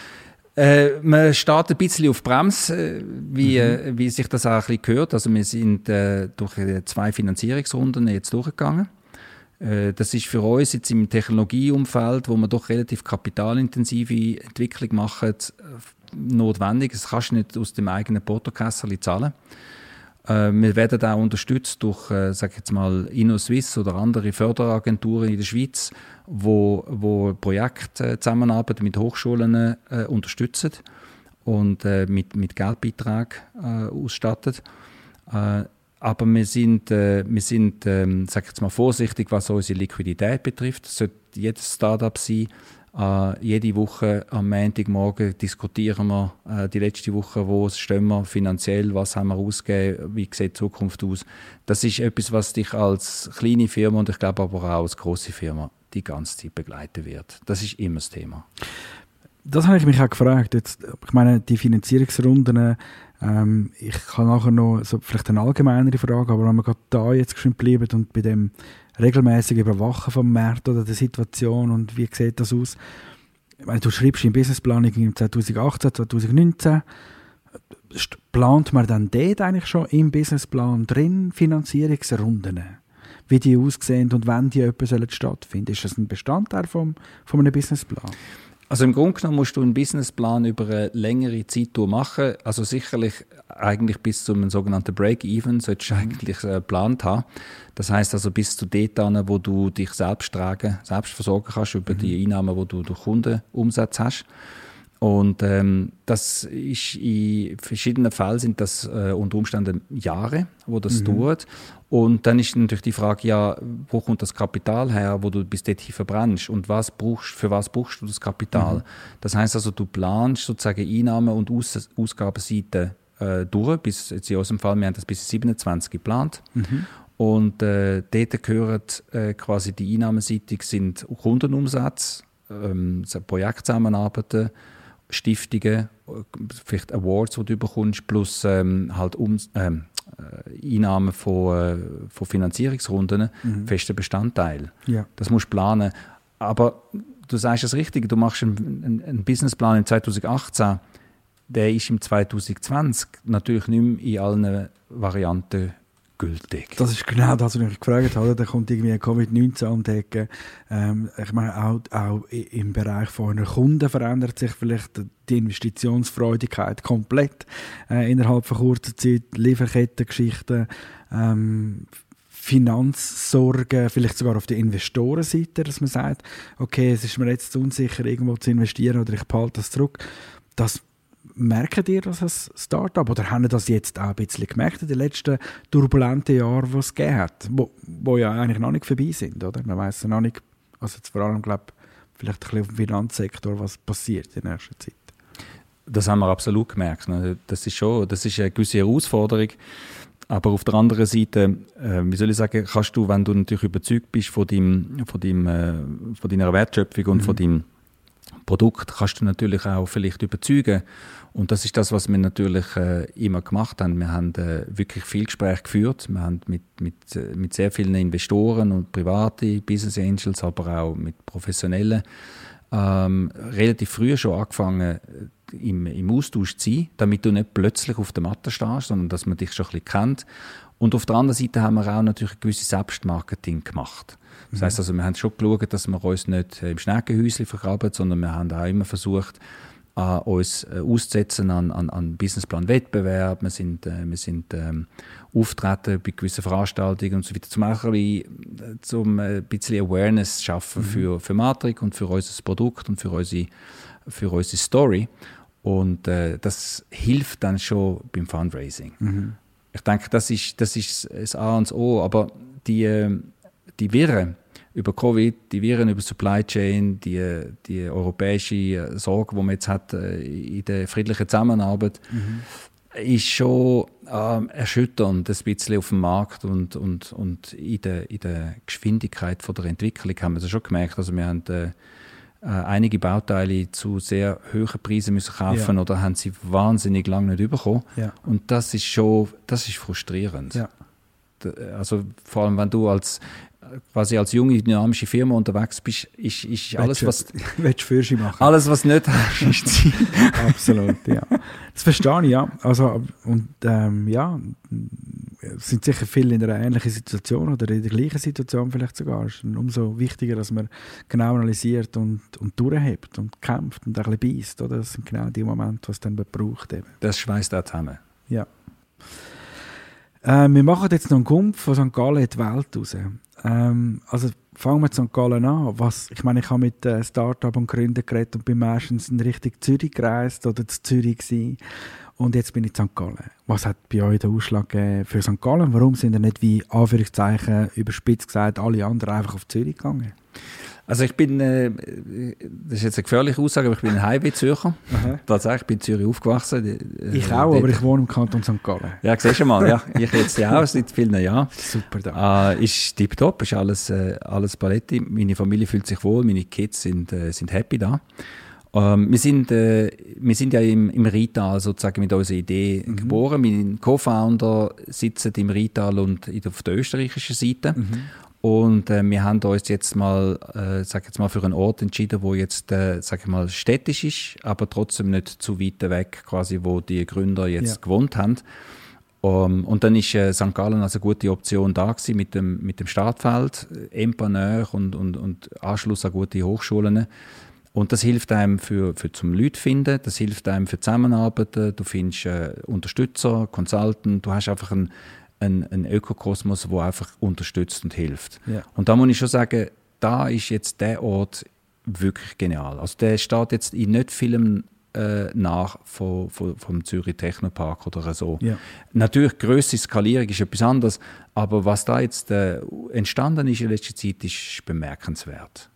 Man steht ein bisschen auf Bremse, wie sich das auch ein bisschen gehört. Also wir sind durch 2 Finanzierungsrunden jetzt durchgegangen. Das ist für uns jetzt im Technologieumfeld, wo wir doch relativ kapitalintensive Entwicklung machen, notwendig. Das kannst du nicht aus dem eigenen Portokassel zahlen. Wir werden auch unterstützt durch, sag ich jetzt mal, InnoSwiss oder andere Förderagenturen in der Schweiz, wo Projekte Zusammenarbeit mit Hochschulen unterstützen und mit Geldbeiträgen ausstattet. Aber wir sind sag ich jetzt mal, vorsichtig, was unsere Liquidität betrifft. Es sollte jedes Startup sein. Jede Woche am Montagmorgen diskutieren wir die letzte Woche, wo stehen wir finanziell, was haben wir ausgegeben, wie sieht die Zukunft aus. Das ist etwas, was dich als kleine Firma und ich glaube aber auch als grosse Firma die ganze Zeit begleiten wird. Das ist immer das Thema. Das habe ich mich auch gefragt. Jetzt, ich meine, die Finanzierungsrunden, ich kann nachher noch so vielleicht eine allgemeinere Frage, aber wenn wir gerade da jetzt schon bleiben und bei dem regelmäßig Überwachen vom Markt oder der Situation und wie sieht das aus? Ich meine, du schreibst im Businessplan im 2018, 2019. Plant man dann dort eigentlich schon im Businessplan drin Finanzierungsrunden? Wie die aussehen und wann die stattfinden? Ist das ein Bestandteil von einem Businessplan? Also im Grunde genommen musst du einen Businessplan über eine längere Zeit machen. Also sicherlich eigentlich bis zum sogenannten Break-Even solltest du eigentlich geplant haben. Das heisst also bis zu dort an, wo du dich selbst versorgen kannst über die Einnahmen, die du durch Kundenumsatz hast. Und das ist in verschiedenen Fällen sind das unter Umständen Jahre, wo das dauert. Und dann ist natürlich die Frage, ja, wo kommt das Kapital her, wo du bis dorthin verbrennst und für was brauchst du das Kapital? Das heisst also, du planst sozusagen Einnahmen- und Ausgabenseite durch, bis jetzt in unserem Fall, wir haben das bis 27 geplant. Und dort gehören quasi die Einnahmenseitig sind Kundenumsatz, Projektzusammenarbeiten, Stiftungen, vielleicht Awards, die du bekommst, plus halt Einnahmen von Finanzierungsrunden, fester Bestandteil. Ja. Das musst du planen. Aber du sagst das Richtige, du machst einen Businessplan im 2018, der ist im 2020 natürlich nicht mehr in allen Varianten gültig. Das ist genau das, was ich gefragt habe. Da kommt irgendwie Covid-19 um die Ecke. Ich meine, auch im Bereich von einer Kunden verändert sich vielleicht die Investitionsfreudigkeit komplett innerhalb von kurzer Zeit. Lieferkettengeschichten, Finanzsorgen, vielleicht sogar auf der Investorenseite, dass man sagt, okay, es ist mir jetzt zu unsicher, irgendwo zu investieren oder ich behalte das zurück. Das merkt ihr das als Start-up oder haben ihr das jetzt auch ein bisschen gemerkt in den letzten turbulenten Jahren, die es gegeben hat, wo ja eigentlich noch nicht vorbei sind, oder? Man weiss ja noch nicht, also jetzt vor allem, glaube ich, vielleicht ein bisschen auf dem Finanzsektor, was passiert in der nächsten Zeit. Das haben wir absolut gemerkt. Ne? Das ist eine gewisse Herausforderung. Aber auf der anderen Seite, wie soll ich sagen, kannst du, wenn du natürlich überzeugt bist von deiner Wertschöpfung und von deinem Produkt kannst du natürlich auch vielleicht überzeugen. Und das ist das, was wir natürlich immer gemacht haben. Wir haben wirklich viel Gespräche geführt. Wir haben mit sehr vielen Investoren und private Business Angels, aber auch mit Professionellen relativ früh schon angefangen, im Austausch zu sein, damit du nicht plötzlich auf der Matte stehst, sondern dass man dich schon ein bisschen kennt. Und auf der anderen Seite haben wir auch natürlich ein gewisses Selbstmarketing gemacht. Das heisst also, wir haben schon geschaut, dass wir uns nicht im Schneckenhäuschen vergraben, sondern wir haben auch immer versucht, uns auszusetzen an Businessplan-Wettbewerb. Wir sind auftreten bei gewissen Veranstaltungen und so weiter, zum ein bisschen Awareness schaffen für Matrix und für unser Produkt und für unsere Story. Und das hilft dann schon beim Fundraising. Ich denke, das ist das A und das O, aber die Wirren über Covid, die Viren über Supply Chain, die europäische Sorge, die man jetzt hat in der friedlichen Zusammenarbeit, ist schon erschütternd, ein bisschen auf dem Markt und in der Geschwindigkeit von der Entwicklung haben wir das schon gemerkt. Also wir haben einige Bauteile zu sehr hohen Preisen müssen kaufen oder haben sie wahnsinnig lange nicht bekommen. Ja. Und das ist frustrierend. Ja. Also vor allem, wenn du als junge, dynamische Firma unterwegs bist, ist alles, was machen. Alles, was nicht hast, ist Ziel. Absolut, ja. Das verstehe ich, ja. Also, und es sind sicher viele in einer ähnlichen Situation oder in der gleichen Situation vielleicht sogar. Es ist umso wichtiger, dass man genau analysiert und durchhebt und kämpft und ein bisschen beisst. Oder? Das sind genau die Momente, was es dann braucht. Eben. Das schweißt auch zusammen. Ja. Wir machen jetzt noch einen Kumpf von St. Gallen in die Welt raus. Also fangen wir St. Gallen an. Ich habe mit Start-up und Gründern geredet und bin meistens in Richtung Zürich gereist oder zu Zürich gewesen. Und jetzt bin ich in St. Gallen. Was hat bei euch den Ausschlag gegeben für St. Gallen? Warum sind ihr nicht, wie Anführungszeichen überspitzt gesagt, alle anderen einfach auf Zürich gegangen? Also ich bin, das ist jetzt eine gefährliche Aussage, aber ich bin ein Highway-Zürcher. Tatsächlich, ich bin in Zürich aufgewachsen. Ich auch, aber ich wohne im Kanton St. Gallen. Ja, siehst du mal, ja. Ich jetzt ja auch seit vielen Jahren. Super, danke. Ist tipptopp, ist alles Paletti. Meine Familie fühlt sich wohl, meine Kids sind happy da. Wir sind ja im Rheintal sozusagen mit unserer Idee geboren. Mein Co-Founder sitzt im Rheintal und auf der österreichischen Seite. Und wir haben uns jetzt mal, für einen Ort entschieden, wo jetzt, städtisch ist, aber trotzdem nicht zu weit weg, quasi, wo die Gründer jetzt gewohnt haben. Und dann ist St. Gallen als eine gute Option da gewesen mit dem Startfeld, Empaneur und Anschluss an gute Hochschulen. Und das hilft einem zum Leute finden, das hilft einem für Zusammenarbeiten, du findest Unterstützer, Consultant, du hast einfach ein Ökokosmos, der einfach unterstützt und hilft. Ja. Und da muss ich schon sagen, da ist jetzt der Ort wirklich genial. Also der steht jetzt in nicht vielem nach vom Zürich Technopark oder so. Ja. Natürlich, Grösse, Skalierung ist etwas anderes, aber was da jetzt entstanden ist in letzter Zeit, ist bemerkenswert.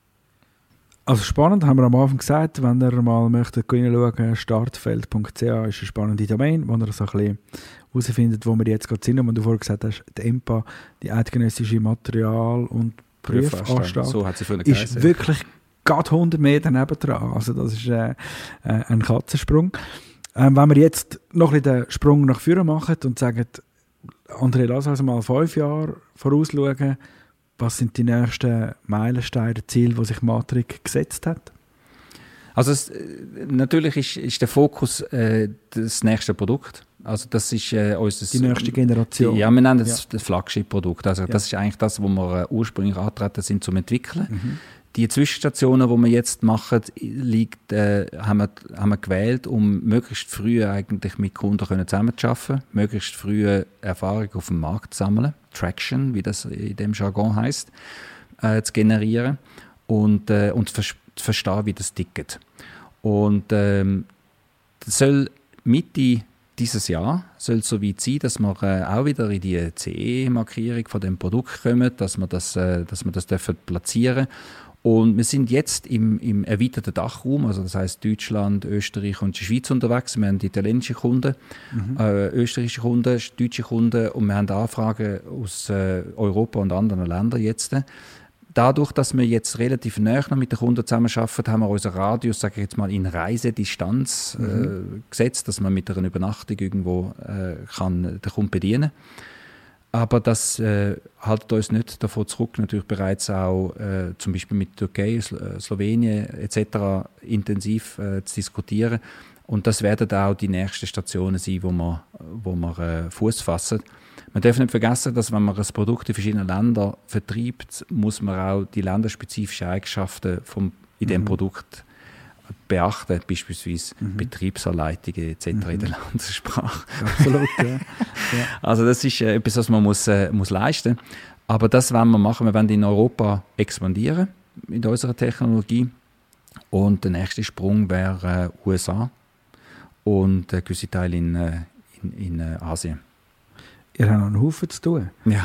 Also spannend, haben wir am Anfang gesagt, wenn ihr mal möchtet reinschauen, startfeld.ch ist eine spannende Domain, wo ihr so ein bisschen herausfindet, wo wir jetzt gerade sind. Und wenn du vorhin gesagt hast, die EMPA, die Eidgenössische Material- und Prüfanstalt, so hat sie ist wirklich gerade 100 Meter nebendran. Also das ist ein Katzensprung. Wenn wir jetzt noch ein bisschen den Sprung nach vorne machen und sagen, André, lass uns mal 5 Jahre vorausschauen, was sind die nächsten Meilensteine, Ziele, die sich Matrix gesetzt hat? Also natürlich ist der Fokus das nächste Produkt. Also das ist die nächste Generation. Ja, wir nennen das Flagship-Produkt. Also das ist eigentlich das, was wir ursprünglich angetreten sind zum Entwickeln. Die Zwischenstationen, die wir jetzt machen, haben wir gewählt, um möglichst früh eigentlich mit Kunden zusammenzuarbeiten, möglichst früh Erfahrung auf dem Markt zu sammeln, Traction, wie das in dem Jargon heisst, zu generieren und zu verstehen, wie das tickt. Und das soll Mitte dieses Jahr soll es so weit sein, dass wir auch wieder in die CE-Markierung von dem Produkt kommen, dass wir das platzieren dürfen. Und wir sind jetzt im erweiterten Dachraum, also das heisst Deutschland, Österreich und die Schweiz unterwegs. Wir haben italienische Kunden, österreichische Kunden, deutsche Kunden und wir haben Anfragen aus Europa und anderen Ländern jetzt. Dadurch, dass wir jetzt relativ nahe noch mit den Kunden zusammenarbeiten, haben wir unseren Radius, sage ich jetzt mal, in Reisedistanz gesetzt, dass man mit einer Übernachtung irgendwo kann den Kunden bedienen kann. Aber das hält uns nicht davon zurück, natürlich bereits auch zum Beispiel mit Türkei, Slowenien etc. intensiv zu diskutieren. Und das werden auch die nächsten Stationen sein, wo wir Fuß fassen. Man darf nicht vergessen, dass wenn man ein Produkt in verschiedenen Ländern vertreibt, muss man auch die länderspezifischen Eigenschaften in diesem Produkt beachten, beispielsweise Betriebsanleitungen etc. in der Landessprache. Absolut, ja. Also das ist etwas, was man muss leisten muss. Aber das wollen wir machen. Wir wollen in Europa expandieren mit unserer Technologie. Und der nächste Sprung wäre USA und gewisse Teile in Asien. Ihr habt noch einen Haufen zu tun. Ja.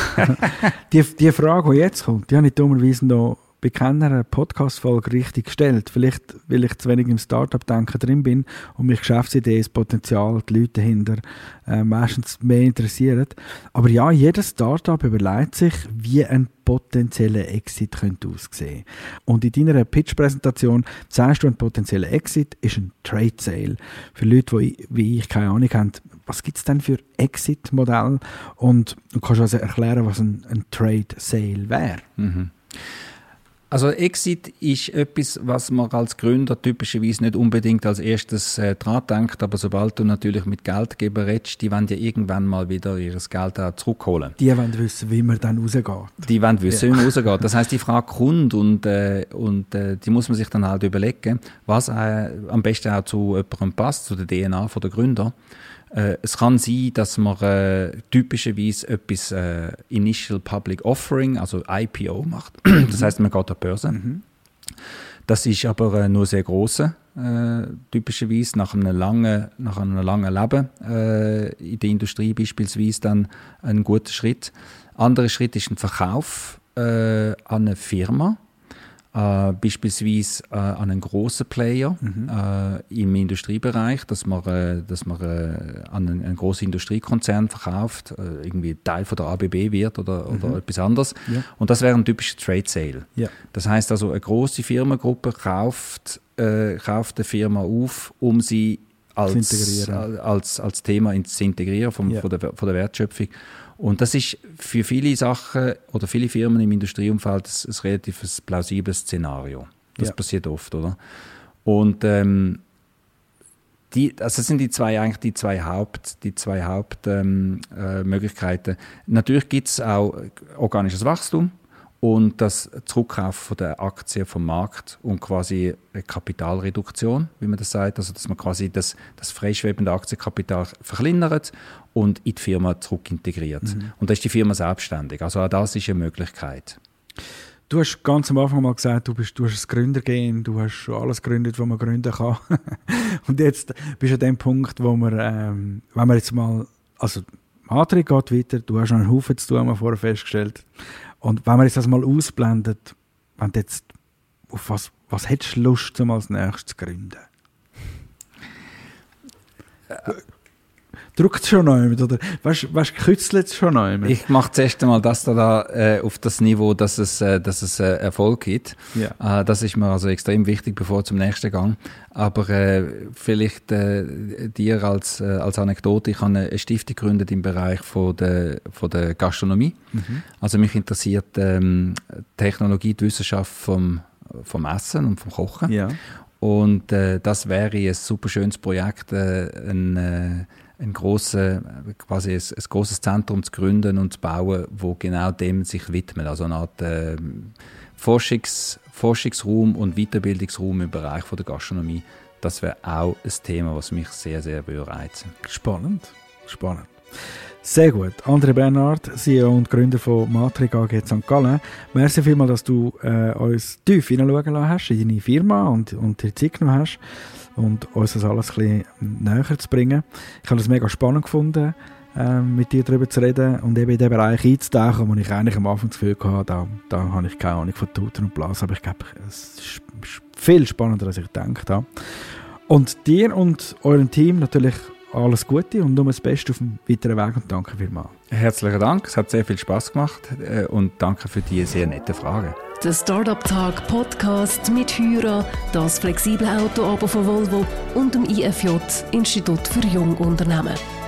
Die Frage, die jetzt kommt, die habe ich dummerweise noch bei keiner Podcast-Folge richtig gestellt. Vielleicht, weil ich zu wenig im Startup-Denken drin bin und mich Geschäftsidee, das Potenzial, die Leute dahinter meistens mehr interessieren. Aber ja, jedes Startup überlegt sich, wie ein potenzieller Exit könnte aussehen. Und in deiner Pitch-Präsentation sagst du, ein potenzieller Exit ist ein Trade Sale. Für Leute, die wie ich keine Ahnung haben, was gibt es denn für Exit-Modelle? Und du kannst also erklären, was ein Trade Sale wäre. Mhm. Also Exit ist etwas, was man als Gründer typischerweise nicht unbedingt als erstes dran denkt, aber sobald du natürlich mit Geldgebern redest, die wollen ja irgendwann mal wieder ihr Geld auch zurückholen. Die wollen wissen, wie man dann rausgeht. Die wollen wissen, wie man rausgeht. Das heisst, die Frage kommt und die muss man sich dann halt überlegen, was am besten auch zu jemandem passt, zu der DNA der Gründer. Es kann sein, dass man typischerweise etwas Initial Public Offering, also IPO macht. Das heisst, man geht an die Börse. Das ist aber nur sehr grosse, typischerweise nach einem langen Leben in der Industrie beispielsweise dann ein guter Schritt. Ein anderer Schritt ist ein Verkauf an eine Firma. Beispielsweise an einen grossen Player im Industriebereich, dass man an einen grossen Industriekonzern verkauft, irgendwie Teil von der ABB wird oder etwas anderes. Ja. Und das wäre ein typischer Trade Sale. Ja. Das heisst also, eine grosse Firmengruppe kauft eine Firma auf, um sie als Thema zu integrieren von der Wertschöpfung. Und das ist für viele Sachen oder viele Firmen im Industrieumfeld ein relativ plausibles Szenario. Das passiert oft, oder? Und also das sind die zwei Hauptmöglichkeiten. Natürlich gibt es auch organisches Wachstum und das Zurückkaufen von der Aktien vom Markt und quasi eine Kapitalreduktion, wie man das sagt, also dass man quasi das freischwebende Aktienkapital verkleinert und in die Firma zurückintegriert. Und dann ist die Firma selbstständig. Also auch das ist eine Möglichkeit. Du hast ganz am Anfang mal gesagt, du hast ein Gründergehen, du hast schon alles gegründet, was man gründen kann. Und jetzt bist du an dem Punkt, wo man, wenn man jetzt mal, also Matrix geht weiter, du hast noch einen Haufen zu tun, haben wir vorher festgestellt. Und wenn man jetzt das mal ausblendet, wenn du jetzt auf was hättest du Lust, um als nächstes zu gründen? Drückt es schon noch jemand? Oder kützelt es schon noch jemand? Ich mache zuerst einmal das da auf das Niveau, dass es Erfolg gibt. Ja. Das ist mir also extrem wichtig, bevor zum nächsten Gang. Aber vielleicht dir als Anekdote, ich habe eine Stiftung gegründet im Bereich von der Gastronomie. Also mich interessiert Technologie, die Wissenschaft vom Essen und vom Kochen. Ja. Und das wäre ein super schönes Projekt, ein grosses Zentrum zu gründen und zu bauen, wo genau dem sich widmet. Also eine Art Forschungsraum und Weiterbildungsraum im Bereich von der Gastronomie. Das wäre auch ein Thema, was mich sehr, sehr reizen würde. Spannend. Sehr gut. André Bernhard, CEO und Gründer von Matrix AG St. Gallen. Merci vielmals, dass du uns tief hineinschauen lassen hast in deine Firma und dir Zeit genommen hast und uns das alles ein bisschen näher zu bringen. Ich habe es mega spannend gefunden, mit dir darüber zu reden und eben in den Bereich einzutauchen, wo ich eigentlich am Anfang das Gefühl hatte, da habe ich keine Ahnung von Tuten und Blasen, aber ich glaube, es ist viel spannender, als ich gedacht habe. Und dir und eurem Team natürlich alles Gute und nur das Beste auf dem weiteren Weg und danke vielmals. Herzlichen Dank, es hat sehr viel Spaß gemacht und danke für die sehr netten Fragen. Der Startup-Tag Podcast mit Hyra, das flexible Auto-Abo von Volvo und dem IFJ, Institut für Jungunternehmen.